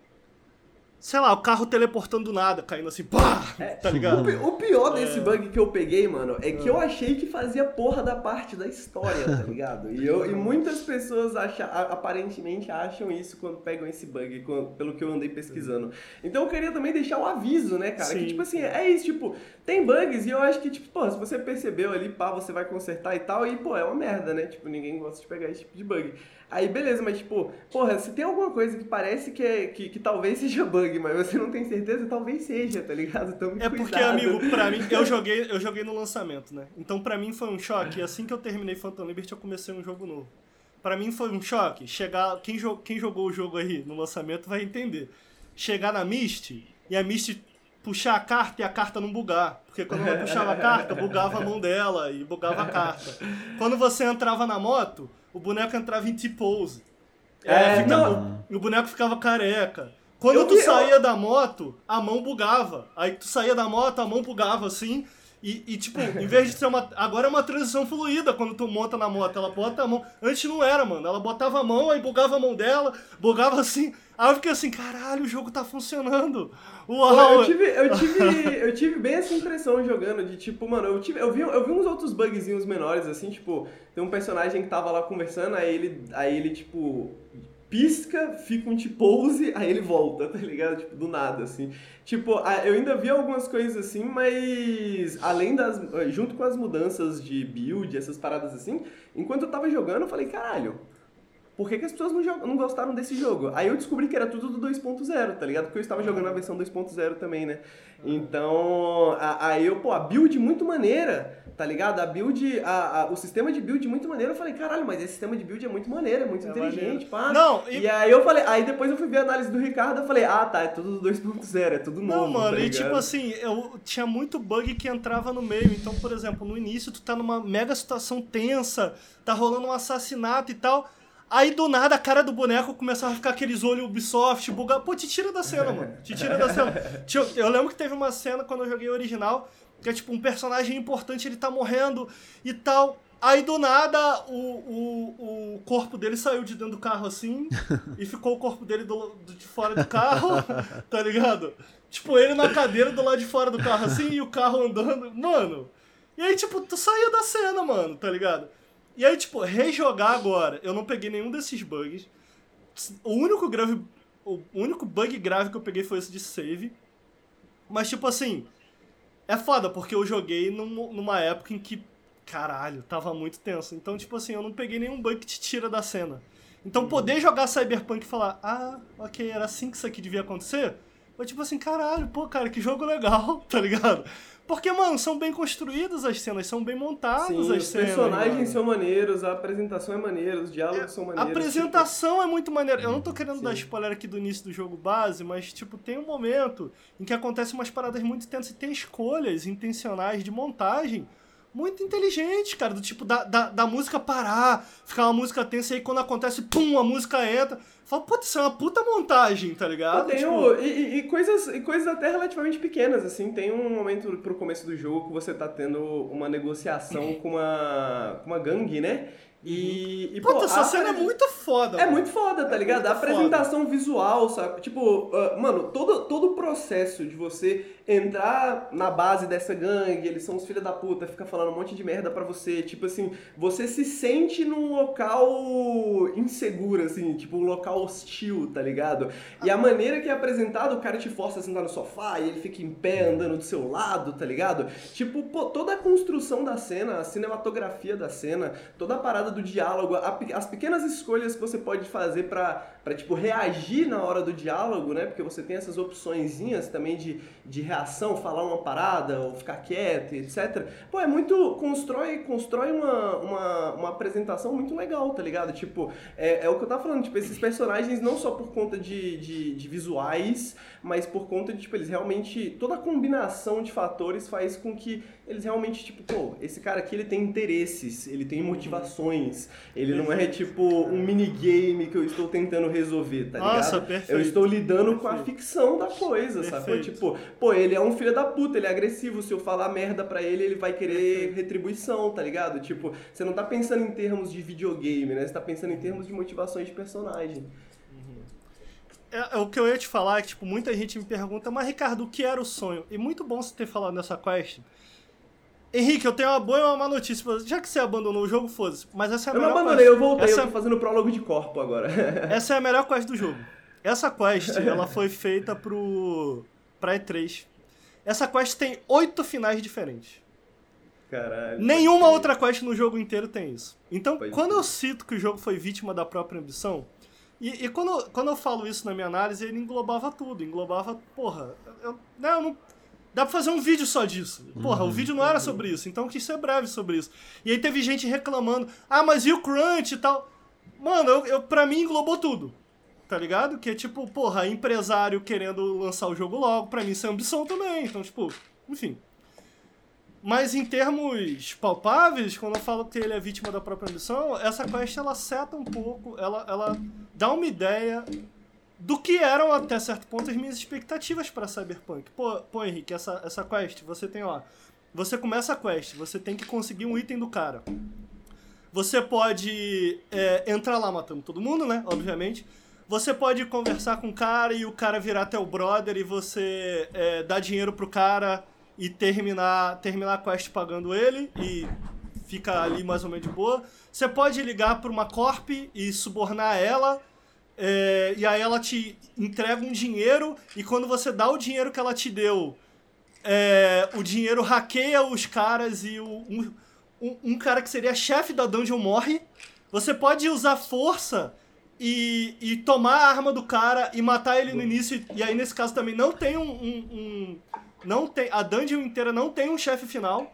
Sei lá, o carro teleportando do nada, caindo assim, pá! Tá ligado? O pior desse bug que eu peguei, mano, é que eu achei que fazia porra da parte da história, tá ligado? E muitas pessoas aparentemente acham isso quando pegam esse bug, pelo que eu andei pesquisando. Então eu queria também deixar o aviso, né, cara? Sim. Que tipo assim, é isso, tipo, tem bugs e eu acho que, tipo, pô, se você percebeu ali, pá, você vai consertar e tal, e, pô, é uma merda, né? Tipo, ninguém gosta de pegar esse tipo de bug. Aí, beleza, mas tipo, porra, se tem alguma coisa que parece que talvez seja bug, mas você não tem certeza, talvez seja, tá ligado? Então, É porque, cuidado. amigo, pra mim, eu joguei no lançamento, né? Então pra mim foi um choque, e assim que eu terminei Phantom Liberty eu comecei um jogo novo. Pra mim foi um choque, quem jogou o jogo aí no lançamento vai entender. Chegar na Misty, e a Misty puxar a carta e a carta não bugar. Porque quando ela puxava a carta, bugava a mão dela e bugava a carta. Quando você entrava na moto, o boneco entrava em T-pose. O boneco ficava careca. Quando tu saía da moto, a mão bugava. Aí tu saía da moto, a mão bugava assim. E tipo, em vez de ser agora é uma transição fluida quando tu monta na moto. Ela bota a mão. Antes não era, mano. Ela botava a mão, aí bugava a mão dela, bugava assim. Aí eu fiquei assim, caralho, o jogo tá funcionando. Uau! Eu tive bem essa impressão jogando, de tipo, mano, eu vi uns outros bugzinhos menores, assim, tipo, tem um personagem que tava lá conversando, aí ele tipo, pisca, fica um T-pose, aí ele volta, tá ligado? Tipo, do nada, assim. Tipo, eu ainda vi algumas coisas assim, mas junto com as mudanças de build, essas paradas assim, enquanto eu tava jogando, eu falei, caralho, por que as pessoas não gostaram desse jogo? Aí eu descobri que era tudo do 2.0, tá ligado? Porque eu estava jogando a versão 2.0 também, né? Então, aí a build muito maneira, tá ligado? A build, o sistema de build muito maneiro. Eu falei, caralho, mas esse sistema de build é muito maneiro, é muito inteligente, pá. Não, e aí eu falei, aí depois eu fui ver a análise do Ricardo, eu falei, tá, é tudo do 2.0, é tudo novo, não, mano, tá e ligado? tipo assim, eu tinha muito bug que entrava no meio. Então, por exemplo, no início tu tá numa mega situação tensa, tá rolando um assassinato e tal. Aí do nada a cara do boneco começava a ficar aqueles olhos Ubisoft, bugar. Pô, te tira da cena, mano. Te tira da cena. Eu lembro que teve uma cena quando eu joguei o original, que é tipo um personagem importante, ele tá morrendo e tal. Aí do nada o corpo dele saiu de dentro do carro assim e ficou o corpo dele de fora do carro, tá ligado? Tipo, ele na cadeira do lado de fora do carro assim e o carro andando. Mano. E aí, tipo, tu saiu da cena, mano, tá ligado? E aí, tipo, rejogar agora, eu não peguei nenhum desses bugs. O único bug grave que eu peguei foi esse de save. Mas, tipo assim, é foda, porque eu joguei numa época em que, caralho, tava muito tenso. Então, tipo assim, eu não peguei nenhum bug que te tira da cena. Então, poder jogar Cyberpunk e falar, ok, era assim que isso aqui devia acontecer, foi tipo assim, caralho, pô, cara, que jogo legal, tá ligado? Porque, mano, são bem construídas as cenas, são bem montadas as cenas. Os personagens mano. são maneiros, a apresentação é maneira, os diálogos são A maneiros. apresentação é muito maneira. Eu não tô querendo Sim. dar spoiler aqui do início do jogo base, mas, tipo, tem um momento em que acontecem umas paradas muito tensas e tem escolhas intencionais de montagem muito inteligentes, cara, do tipo da música parar, ficar uma música tensa e aí quando acontece, pum, a música entra. Fala, putz, isso é uma puta montagem, tá ligado? E coisas até relativamente pequenas, assim. Tem um momento pro começo do jogo que você tá tendo uma negociação com uma gangue, né? Puta, essa cena é muito foda. É muito foda, tá ligado? A apresentação foda. visual, sabe? Tipo, mano, todo o processo de você entrar na base dessa gangue, eles são os filhos da puta, fica falando um monte de merda pra você, tipo assim, você se sente num local inseguro, assim, tipo, um local hostil, tá ligado? E a maneira que é apresentado, o cara te força a sentar no sofá e ele fica em pé andando do seu lado, tá ligado? Tipo, pô, toda a construção da cena, a cinematografia da cena, toda a parada do diálogo, as pequenas escolhas que você pode fazer pra tipo, reagir na hora do diálogo, né? Porque você tem essas opçõezinhas também de reação, falar uma parada, ou ficar quieto, etc. Pô, é muito... Constrói uma apresentação muito legal, tá ligado? Tipo, é o que eu tava falando, tipo, esses personagens não só por conta de visuais, mas por conta de, tipo, eles realmente... Toda a combinação de fatores faz com que eles realmente, tipo, pô, esse cara aqui, ele tem interesses, ele tem motivações, ele não é, tipo, um minigame que eu estou tentando resolver, tá ligado? Nossa, perfeito. Eu estou lidando com a ficção da coisa, sabe? Tipo, pô, ele é um filho da puta, ele é agressivo, se eu falar merda pra ele, ele vai querer retribuição, tá ligado? Tipo, você não tá pensando em termos de videogame, né? Você tá pensando em termos de motivações de personagem. O que eu ia te falar é que, tipo, muita gente me pergunta, mas Ricardo, o que era o sonho? E muito bom você ter falado nessa quest. Henrique, eu tenho uma boa e uma má notícia. Já que você abandonou o jogo, foda-se. Mas essa é a melhor quest. Eu não abandonei, eu voltei, eu tô fazendo prólogo de corpo agora. Essa é a melhor quest do jogo. Essa quest, ela foi feita pra E3. Essa quest tem 8 finais diferentes. Caralho. Nenhuma outra quest no jogo inteiro tem isso. Então, quando eu cito que o jogo foi vítima da própria ambição, e quando eu falo isso na minha análise, ele englobava tudo. Englobava, porra, eu não... Dá pra fazer um vídeo só disso. Porra, o vídeo não era sobre isso, então eu quis ser breve sobre isso. E aí teve gente reclamando, mas e o crunch e tal? Mano, pra mim englobou tudo, tá ligado? Que é tipo, porra, empresário querendo lançar o jogo logo, pra mim isso é ambição também. Então, tipo, enfim. Mas em termos palpáveis, quando eu falo que ele é vítima da própria ambição, essa quest ela seta um pouco, ela dá uma ideia do que eram, até certo ponto, as minhas expectativas para Cyberpunk. Pô, Henrique, essa quest, você tem lá... Você começa a quest, você tem que conseguir um item do cara. Você pode entrar lá matando todo mundo, né? Obviamente. Você pode conversar com o cara e o cara virar teu brother e você dar dinheiro pro cara e terminar a quest pagando ele e fica ali mais ou menos de boa. Você pode ligar pra uma corp e subornar ela... e aí ela te entrega um dinheiro e quando você dá o dinheiro que ela te deu, o dinheiro hackeia os caras e um cara que seria chefe da dungeon morre. Você pode usar força e tomar a arma do cara e matar ele no início. E aí nesse caso também não tem não tem, a dungeon inteira não tem um chefe final.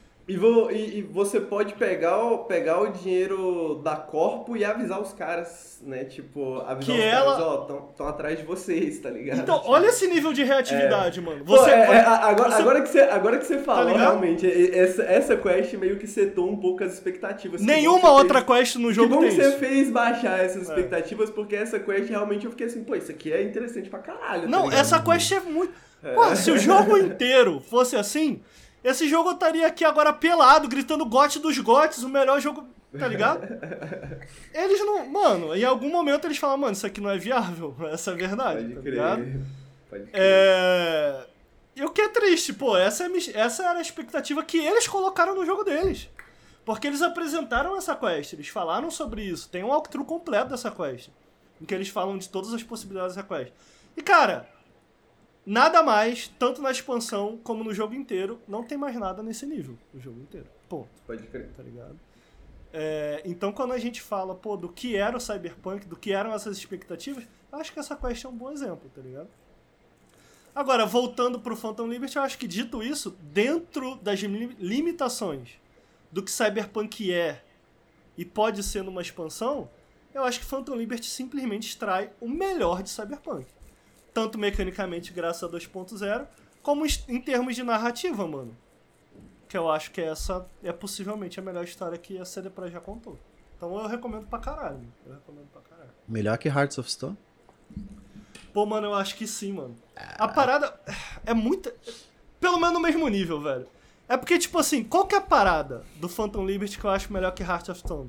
E você pode pegar o dinheiro da corpo e avisar os caras, né? Tipo, avisar os caras, estão atrás de vocês, tá ligado? Então, tipo, olha esse nível de reatividade, mano. Agora que você falou, tá realmente, essa quest meio que setou um pouco as expectativas. Nenhuma outra quest no jogo tem isso. Que bom que você fez baixar essas expectativas, porque essa quest realmente eu fiquei assim, pô, isso aqui é interessante pra caralho. Não, tá essa quest é muito... Pô, se o jogo inteiro fosse assim... Esse jogo eu estaria aqui agora pelado, gritando GOT dos GOTs, o melhor jogo, tá ligado? Eles não... Mano, em algum momento eles falam, mano, isso aqui não é viável, essa é a verdade, Pode tá crer. ligado? Pode crer. E o que é triste, pô, essa era a expectativa que eles colocaram no jogo deles. Porque eles apresentaram essa quest, eles falaram sobre isso, tem um walkthrough completo dessa quest, em que eles falam de todas as possibilidades dessa quest. E, cara... Nada mais, tanto na expansão como no jogo inteiro, não tem mais nada nesse nível, no jogo inteiro. Ponto. Pode crer. Tá ligado? Então quando a gente fala, pô, do que era o Cyberpunk, do que eram essas expectativas, acho que essa quest é um bom exemplo, tá ligado? Agora, voltando pro Phantom Liberty, eu acho que dito isso, dentro das limitações do que Cyberpunk é e pode ser numa expansão, eu acho que Phantom Liberty simplesmente extrai o melhor de Cyberpunk. Tanto mecanicamente, graças a 2.0, como em termos de narrativa, mano. porque eu acho que essa é possivelmente a melhor história que a CD Projekt já contou. Então eu recomendo pra caralho. Melhor que Hearts of Stone? Pô, mano, eu acho que sim, mano. A parada é muito... Pelo menos no mesmo nível, velho. É porque, tipo assim, qual que é a parada do Phantom Liberty que eu acho melhor que Hearts of Stone?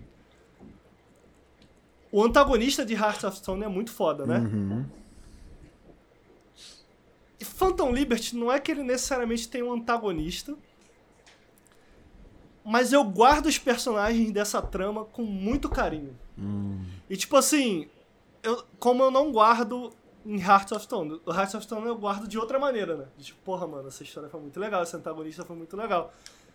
O antagonista de Hearts of Stone é muito foda, né? Uhum. E Phantom Liberty não é que ele necessariamente tem um antagonista, mas eu guardo os personagens dessa trama com muito carinho. E tipo assim, como eu não guardo em Hearts of Stone. O Hearts of Stone eu guardo de outra maneira, né? Tipo, porra, mano, essa história foi muito legal, esse antagonista foi muito legal.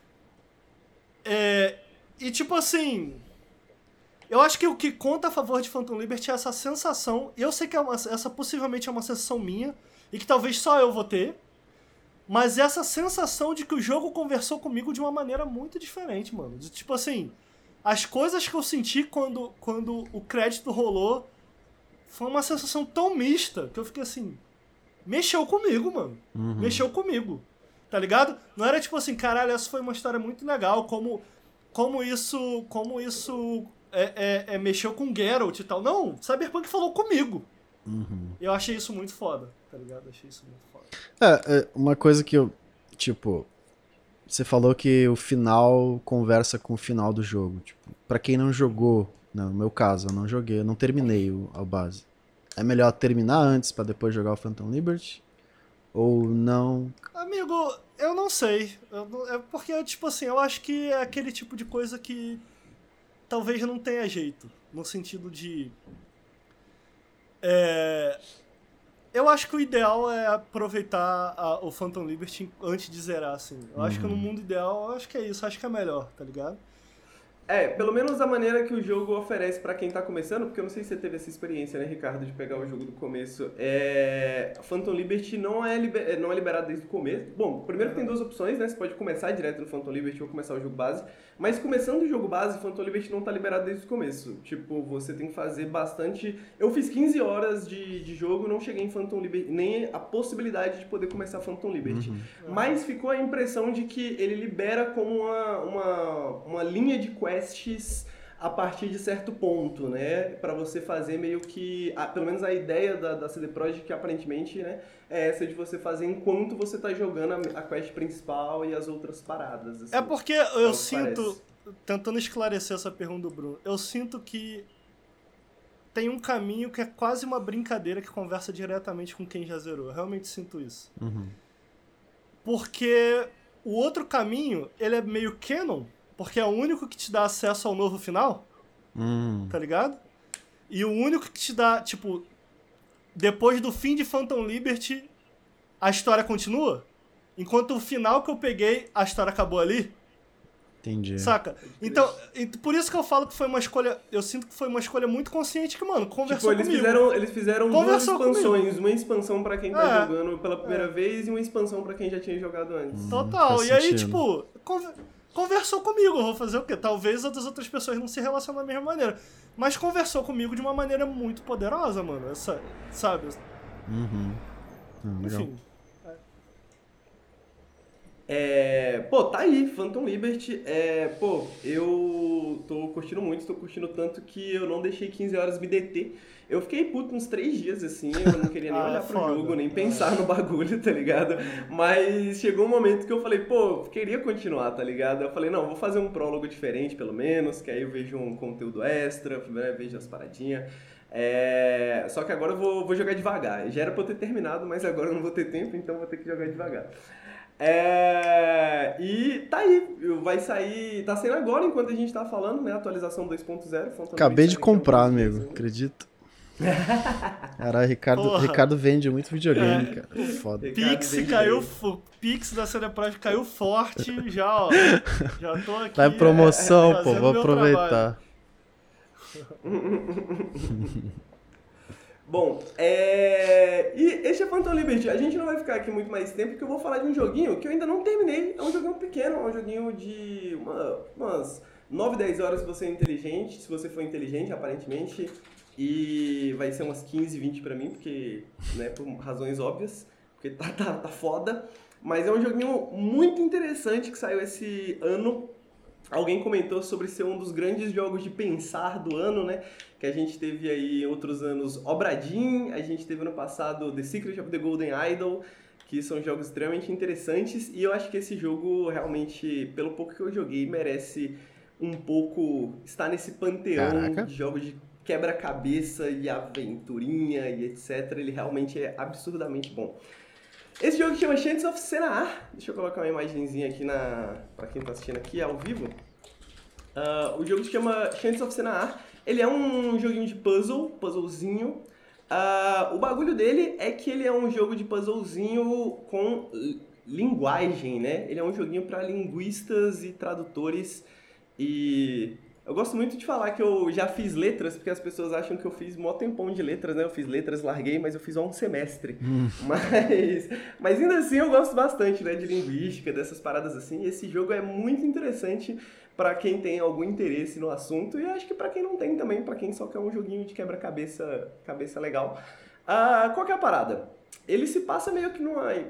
E tipo assim... Eu acho que o que conta a favor de Phantom Liberty é essa sensação, e eu sei que essa possivelmente é uma sensação minha, e que talvez só eu vou ter, mas essa sensação de que o jogo conversou comigo de uma maneira muito diferente, mano. De, tipo assim, as coisas que eu senti quando o crédito rolou foi uma sensação tão mista que eu fiquei assim, mexeu comigo, mano. Mexeu comigo, tá ligado? Não era tipo assim, caralho, essa foi uma história muito legal, como isso mexeu com Geralt e tal. Não, Cyberpunk falou comigo. Eu achei isso muito foda, tá ligado? Achei isso muito foda. Uma coisa que eu, tipo, você falou que o final conversa com o final do jogo. Tipo, pra quem não jogou, no meu caso, eu não joguei, eu não terminei a base. É melhor terminar antes pra depois jogar o Phantom Liberty? Ou não? Amigo, eu não sei. É porque, tipo assim, eu acho que é aquele tipo de coisa que talvez não tenha jeito. No sentido de... Eu acho que o ideal é aproveitar o Phantom Liberty antes de zerar, assim. Eu acho que no mundo ideal, eu acho que é isso. Eu acho que é melhor, tá ligado? Pelo menos a maneira que o jogo oferece pra quem tá começando, porque eu não sei se você teve essa experiência, né, Ricardo, de pegar o jogo do começo. Phantom Liberty não é liberado desde o começo. Bom, primeiro tem duas opções, né? Você pode começar direto no Phantom Liberty ou começar o jogo base. Mas começando o jogo base, Phantom Liberty não tá liberado desde o começo. Tipo, você tem que fazer bastante... Eu fiz 15 horas de jogo, não cheguei em Phantom Liberty, nem a possibilidade de poder começar Phantom Liberty. Mas ficou a impressão de que ele libera como uma linha de quests a partir de certo ponto, né? Pra você fazer meio que... pelo menos a ideia da CD Projekt, que aparentemente, né, é essa de você fazer enquanto você tá jogando a quest principal e as outras paradas. Assim. É porque eu sinto... Tentando esclarecer essa pergunta do Bruno, eu sinto que tem um caminho que é quase uma brincadeira que conversa diretamente com quem já zerou. Eu realmente sinto isso. Porque o outro caminho, ele é meio canon, porque é o único que te dá acesso ao novo final, tá ligado? E o único que te dá, tipo, depois do fim de Phantom Liberty, a história continua, enquanto o final que eu peguei, a história acabou ali. Entendi. Saca? Então, por isso que eu falo que foi uma escolha... Eu sinto que foi uma escolha muito consciente que, mano, conversou comigo. Eles fizeram duas expansões. Comigo. Uma expansão pra quem tá jogando pela primeira vez e uma expansão pra quem já tinha jogado antes. Total. E aí, tipo, conversou comigo. Eu vou fazer o quê? Talvez as outras pessoas não se relacionem da mesma maneira. Mas conversou comigo de uma maneira muito poderosa, mano. Essa, sabe? Enfim. Tá aí, Phantom Liberty. Eu tô curtindo muito, tô curtindo tanto que eu não deixei 15 horas me deter. Eu fiquei puto uns 3 dias, assim, eu não queria nem olhar pro jogo, nem pensar no bagulho, tá ligado? Mas chegou um momento que eu falei, queria continuar, tá ligado? Eu falei, não, vou fazer um prólogo diferente, pelo menos, que aí eu vejo um conteúdo extra, né, vejo as paradinhas. Só que agora eu vou jogar devagar. Já era pra eu ter terminado, mas agora eu não vou ter tempo, então vou ter que jogar devagar. E tá aí, vai sair, tá saindo agora enquanto a gente tá falando, né, atualização 2.0. Acabei de comprar, amigo, acredito. Caralho, Ricardo vende muito videogame, cara, foda. Pix da CD Projekt caiu forte, já tô aqui. Tá em promoção, pô, vou aproveitar. Bom, e esse é Phantom Liberty. A gente não vai ficar aqui muito mais tempo, porque eu vou falar de um joguinho que eu ainda não terminei. É um joguinho pequeno, é um joguinho de umas 9, 10 horas se você é inteligente, se você for inteligente, aparentemente. E vai ser umas 15, 20 pra mim, porque, né, por razões óbvias, porque tá foda. Mas é um joguinho muito interessante que saiu esse ano. Alguém comentou sobre ser um dos grandes jogos de pensar do ano, né? Que a gente teve aí em outros anos Obra Dinn, a gente teve no passado The Secret of the Golden Idol, que são jogos extremamente interessantes. E eu acho que esse jogo realmente, pelo pouco que eu joguei, merece um pouco estar nesse panteão de jogos de quebra-cabeça e aventurinha e etc. Ele realmente é absurdamente bom. Esse jogo chama Chants of Sennaar. Deixa eu colocar uma imagenzinha aqui pra quem tá assistindo aqui ao vivo. O jogo se chama Chants of Sennaar. Ele é um joguinho de puzzlezinho. O bagulho dele é que ele é um jogo de puzzlezinho com linguagem, né? Ele é um joguinho para linguistas e tradutores. E eu gosto muito de falar que eu já fiz letras, porque as pessoas acham que eu fiz mó tempão de letras, né? Eu fiz letras, larguei, mas eu fiz só um semestre. Mas ainda assim eu gosto bastante, né, de linguística, dessas paradas assim. E esse jogo é muito interessante para quem tem algum interesse no assunto e acho que para quem não tem também, para quem só quer um joguinho de quebra-cabeça legal. Qual que é a parada? Ele se passa meio que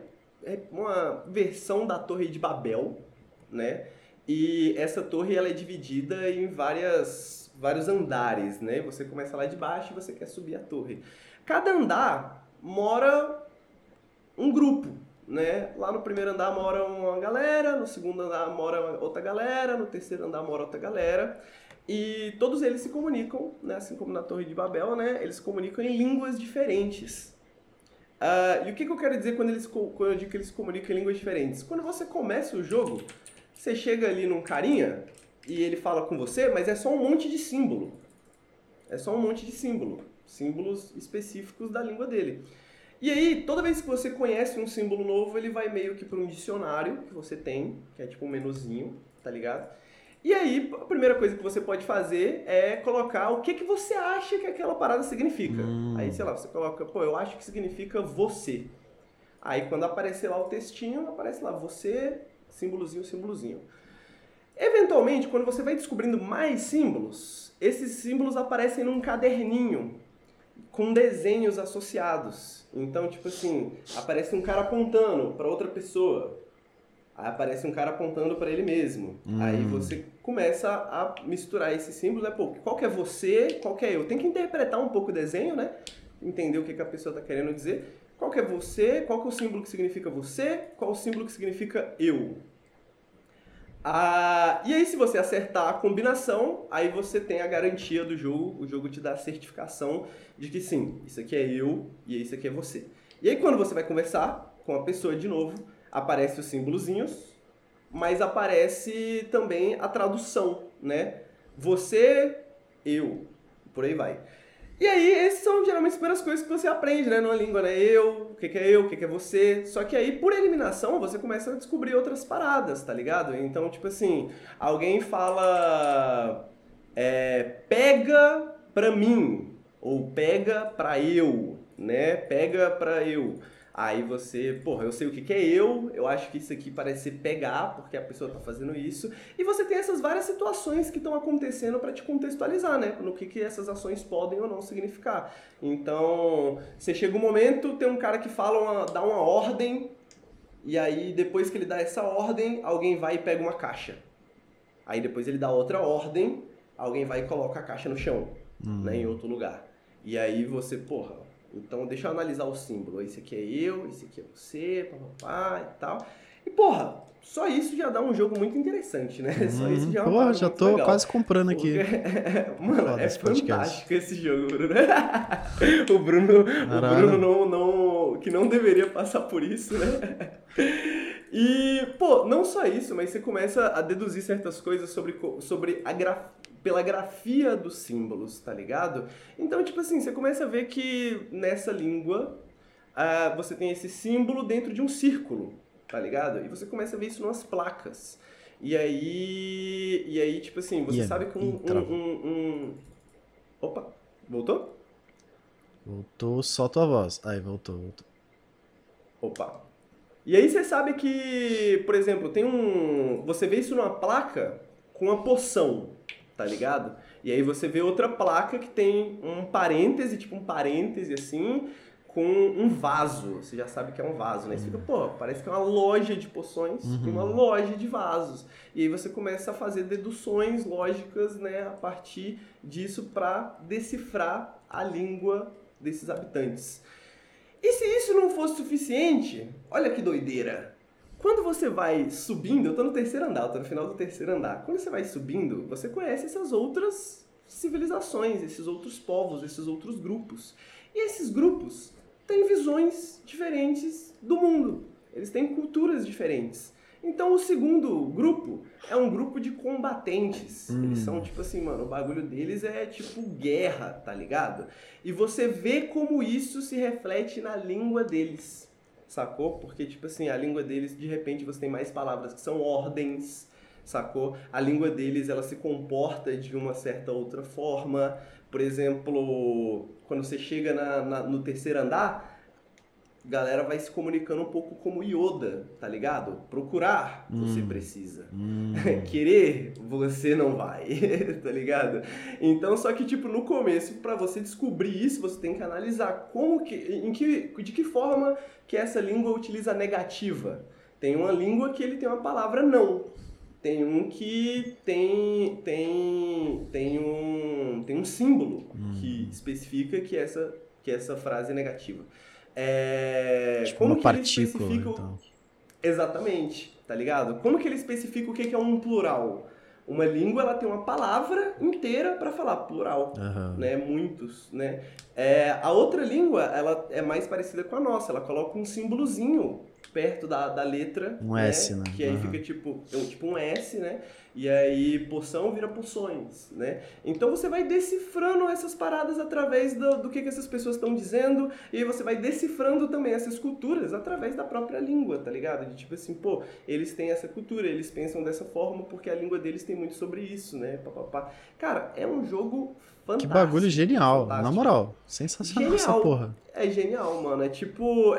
numa versão da Torre de Babel, né? E essa torre ela é dividida em vários andares, né? Você começa lá de baixo e você quer subir a torre. Cada andar mora um grupo, né? Lá no primeiro andar mora uma galera, no segundo andar mora outra galera, no terceiro andar mora outra galera. E todos eles se comunicam, né? Assim como na Torre de Babel, né? Eles se comunicam em línguas diferentes. E o que eu quero dizer quando eu digo que eles se comunicam em línguas diferentes? Quando você começa o jogo, você chega ali num carinha e ele fala com você, mas é só um monte de símbolo. É só um monte de símbolo. Símbolos específicos da língua dele. E aí, toda vez que você conhece um símbolo novo, ele vai meio que para um dicionário que você tem, que é tipo um menuzinho, tá ligado? E aí, a primeira coisa que você pode fazer é colocar o que você acha que aquela parada significa. Aí, sei lá, você coloca, eu acho que significa você. Aí, quando aparecer lá o textinho, aparece lá, você, símbolozinho. Eventualmente, quando você vai descobrindo mais símbolos, esses símbolos aparecem num caderninho com desenhos associados. Então, tipo assim, aparece um cara apontando para outra pessoa. Aí aparece um cara apontando para ele mesmo. Aí você começa a misturar esses símbolos, né? Pô, qual que é você, qual que é eu? Tem que interpretar um pouco o desenho, né? Entender o que a pessoa está querendo dizer. Qual que é você, qual que é o símbolo que significa você, qual o símbolo que significa eu. E aí, se você acertar a combinação, aí você tem a garantia do jogo, o jogo te dá a certificação de que sim, isso aqui é eu e isso aqui é você. E aí, quando você vai conversar com a pessoa de novo, aparece os símbolozinhos, mas aparece também a tradução, né? Você, eu, por aí vai. E aí, esses são geralmente as primeiras coisas que você aprende, né, numa língua, né? Eu, o que é você. Só que aí, por eliminação, você começa a descobrir outras paradas, tá ligado? Então, tipo assim, alguém fala, pega pra mim, ou pega pra eu, né? Pega pra eu. Aí você, eu sei o que é eu acho que isso aqui parece pegar, porque a pessoa tá fazendo isso. E você tem essas várias situações que estão acontecendo para te contextualizar, né? No que essas ações podem ou não significar. Então, você chega um momento, tem um cara que dá uma ordem, e aí depois que ele dá essa ordem, alguém vai e pega uma caixa. Aí depois ele dá outra ordem, alguém vai e coloca a caixa no chão, né? Em outro lugar. E aí você, então deixa eu analisar o símbolo. Esse aqui é eu, esse aqui é você, papapá e tal. E só isso já dá um jogo muito interessante, né? Só isso já é uma já tô legal. quase comprando aqui. Mano, é fantástico esse jogo, Bruno. O Bruno que não deveria passar por isso, né? E, não só isso, mas você começa a deduzir certas coisas sobre pela grafia dos símbolos, tá ligado? Então, tipo assim, você começa a ver que nessa língua você tem esse símbolo dentro de um círculo, tá ligado? E você começa a ver isso nas placas. E aí tipo assim, você sabe que Opa, voltou? Voltou só tua voz. Aí, voltou. Opa. E aí você sabe que, por exemplo, você vê isso numa placa com uma poção, tá ligado? E aí você vê outra placa que tem um parêntese, tipo um parêntese assim, com um vaso. Você já sabe que é um vaso, né? Você fica, pô, parece que é uma loja de poções e uma loja de vasos. E aí você começa a fazer deduções lógicas, né, a partir disso para decifrar a língua desses habitantes. E se isso não fosse suficiente, olha que doideira. Quando você vai subindo, eu tô no terceiro andar, eu tô no final do terceiro andar. Quando você vai subindo, você conhece essas outras civilizações, esses outros povos, esses outros grupos. E esses grupos têm visões diferentes do mundo. Eles têm culturas diferentes. Então o segundo grupo é um grupo de combatentes. Eles são tipo assim, mano, o bagulho deles é tipo guerra, tá ligado? E você vê como isso se reflete na língua deles, sacou? Porque tipo assim, a língua deles, de repente você tem mais palavras que são ordens, sacou? A língua deles, ela se comporta de uma certa outra forma. Por exemplo, quando você chega no terceiro andar, a galera vai se comunicando um pouco como Yoda, tá ligado? Procurar, você precisa. Querer, você não vai, tá ligado? Então, só que, tipo, no começo, pra você descobrir isso, você tem que analisar de que forma que essa língua utiliza a negativa. Tem uma língua que ele tem uma palavra não. Tem um que tem um símbolo que especifica que essa frase é negativa. Tipo Como uma que partícula, ele especifica... então. Exatamente, tá ligado? Como que ele especifica o que é um plural? Uma língua, ela tem uma palavra inteira para falar plural, né? Muitos, né? A outra língua, ela é mais parecida com a nossa. Ela coloca um símbolozinho perto da letra, um S, né? Que aí fica tipo um S, né? E aí poção vira poções, né? Então você vai decifrando essas paradas através do que essas pessoas estão dizendo, e aí você vai decifrando também essas culturas através da própria língua, tá ligado? De tipo assim, pô, eles têm essa cultura, eles pensam dessa forma porque a língua deles tem muito sobre isso, né? Papapá. Cara, é um jogo fantástico. Que bagulho genial, fantástico. Na moral. Sensacional essa porra. É genial, mano. É tipo,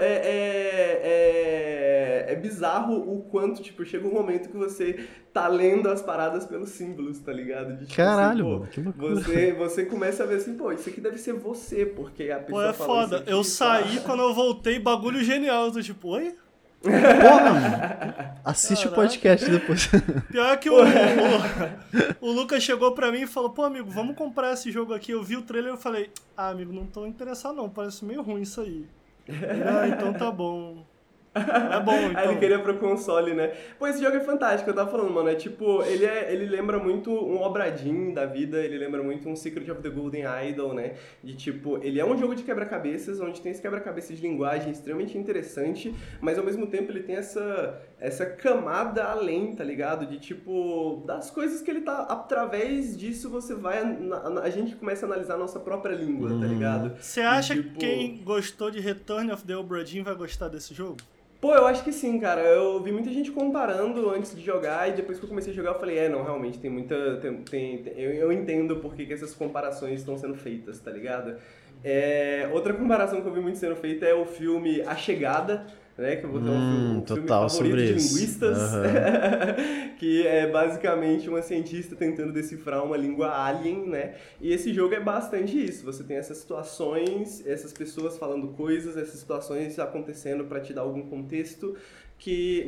é bizarro o quanto, tipo, chega um momento que você tá lendo as paradas pelos símbolos, tá ligado? De, tipo, caralho, assim, mano, que loucura. Você começa a ver assim, pô, isso aqui deve ser você, porque a pessoa Pô, falou foda. isso aqui, Eu saí, quando eu voltei, bagulho genial. Eu tô tipo, oi? Porra, mano. Assiste o podcast depois. Pior que o Lucas chegou pra mim e falou, pô, amigo, vamos comprar esse jogo aqui. Eu vi o trailer e eu falei, amigo, não tô interessado não, parece meio ruim isso aí. Então tá bom. É bom, então. Aí ele queria pro console, né? Pô, esse jogo é fantástico, eu tava falando, mano. É tipo, ele lembra muito um Obradin da vida, ele lembra muito um Secret of the Golden Idol, né? De tipo, ele é um jogo de quebra-cabeças, onde tem esse quebra-cabeças de linguagem extremamente interessante, mas ao mesmo tempo ele tem essa camada além, tá ligado? De tipo, das coisas que ele tá. Através disso você vai. A gente começa a analisar a nossa própria língua, tá ligado? Você acha tipo, que quem gostou de Return of the Obra Dinn vai gostar desse jogo? Pô, eu acho que sim, cara. Eu vi muita gente comparando antes de jogar e depois que eu comecei a jogar eu falei, não, realmente, tem muita... eu entendo por que essas comparações estão sendo feitas, tá ligado? Outra comparação que eu vi muito sendo feita é o filme A Chegada, né? Que eu vou ter um filme favorito de linguistas, que é basicamente uma cientista tentando decifrar uma língua alien, né? E esse jogo é bastante isso. Você tem essas situações, essas pessoas falando coisas, essas situações acontecendo para te dar algum contexto, que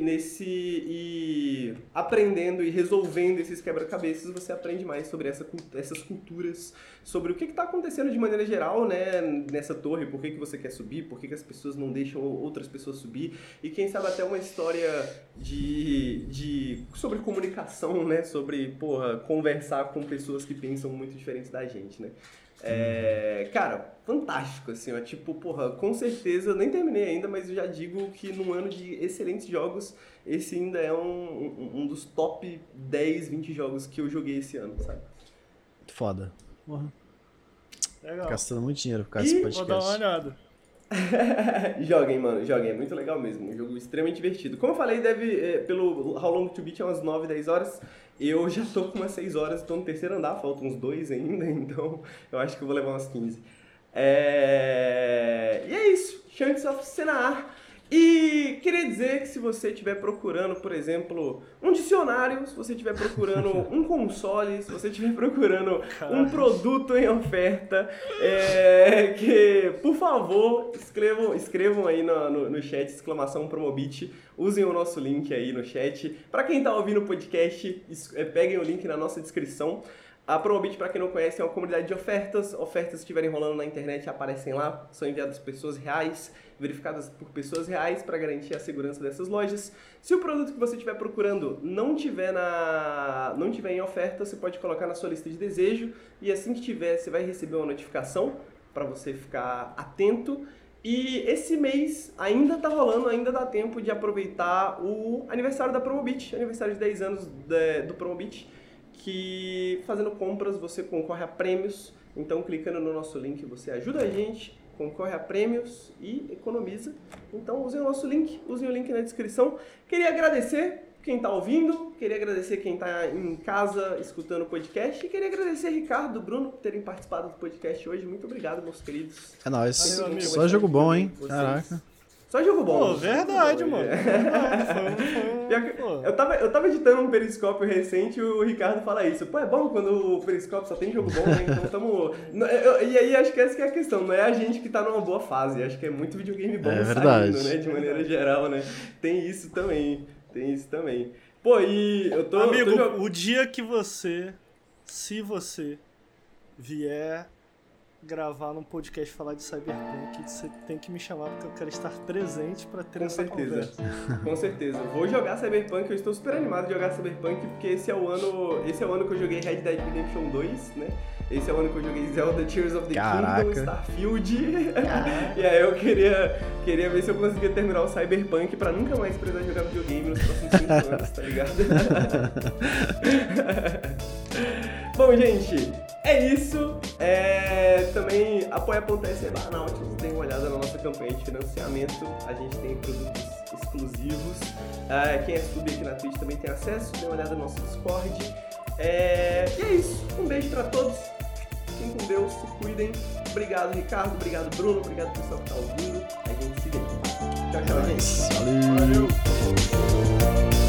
aprendendo e resolvendo esses quebra-cabeças, você aprende mais sobre essas culturas, sobre o que está acontecendo de maneira geral, né, nessa torre, por que você quer subir, por que as pessoas não deixam outras pessoas subir, e quem sabe até uma história sobre comunicação, né, sobre, conversar com pessoas que pensam muito diferentes da gente, né. Cara, fantástico, assim, ó, tipo, com certeza, eu nem terminei ainda, mas eu já digo que num ano de excelentes jogos, esse ainda é um dos top 10, 20 jogos que eu joguei esse ano, sabe? Foda. Porra. Legal. Gastando muito dinheiro por causa desse podcast. Vou dar uma olhada. Joguem, mano, joguem, é muito legal mesmo, um jogo extremamente divertido. Como eu falei, pelo How Long to Beat é umas 9, 10 horas, eu já tô com umas 6 horas, tô no terceiro andar, faltam uns 2 ainda, então eu acho que eu vou levar umas 15. E é isso, Shanks of Senar. E queria dizer que se você estiver procurando, por exemplo, um dicionário, se você estiver procurando um console, se você estiver procurando um produto em oferta, que, por favor, escrevam aí no chat, exclamação Promobit, usem o nosso link aí no chat. Para quem está ouvindo o podcast, peguem o link na nossa descrição. A Promobit, para quem não conhece, é uma comunidade de ofertas. Ofertas que estiverem rolando na internet aparecem lá, são enviadas por pessoas reais, verificadas por pessoas reais para garantir a segurança dessas lojas. Se o produto que você estiver procurando não tiver em oferta, você pode colocar na sua lista de desejo e assim que tiver, você vai receber uma notificação para você ficar atento. E esse mês ainda tá rolando, ainda dá tempo de aproveitar o aniversário da Promobit, aniversário de 10 anos do Promobit, que fazendo compras você concorre a prêmios. Então clicando no nosso link você ajuda a gente, concorre a prêmios e economiza. Então usem o nosso link, usem o link na descrição. Queria agradecer quem está ouvindo, queria agradecer quem está em casa escutando o podcast e queria agradecer Ricardo, Bruno por terem participado do podcast hoje. Muito obrigado, meus queridos. É nóis. Só jogo bom, hein? Caraca. Só jogo bom. Pô, verdade, mano. Eu tava editando um periscópio recente e o Ricardo fala isso. Pô, é bom quando o periscópio só tem jogo bom, né? Então tamo... E aí acho que essa que é a questão. Não é a gente que tá numa boa fase. Acho que é muito videogame bom saindo, né? De maneira geral, né? Tem isso também. Pô, e eu tô... Amigo, o dia que se você vier gravar num podcast falar de Cyberpunk, você tem que me chamar porque eu quero estar presente pra ter essa conversa. Com certeza. Vou jogar Cyberpunk, eu estou super animado de jogar Cyberpunk porque esse é o ano que eu joguei Red Dead Redemption 2, né? Esse é o ano que eu joguei Zelda Tears of the Kingdom, Starfield. E aí eu queria ver se eu conseguia terminar o Cyberpunk pra nunca mais precisar jogar videogame nos próximos 5 anos, tá ligado? Bom, gente, é isso. Também apoia.se/Nautilus, dê uma olhada na nossa campanha de financiamento. A gente tem produtos exclusivos. Quem é sub aqui na Twitch também tem acesso. Dê uma olhada no nosso Discord. E é isso. Um beijo pra todos. Fiquem com Deus, se cuidem. Obrigado, Ricardo. Obrigado, Bruno. Obrigado, pessoal que tá ouvindo. A gente se vê. Tchau, gente. Valeu.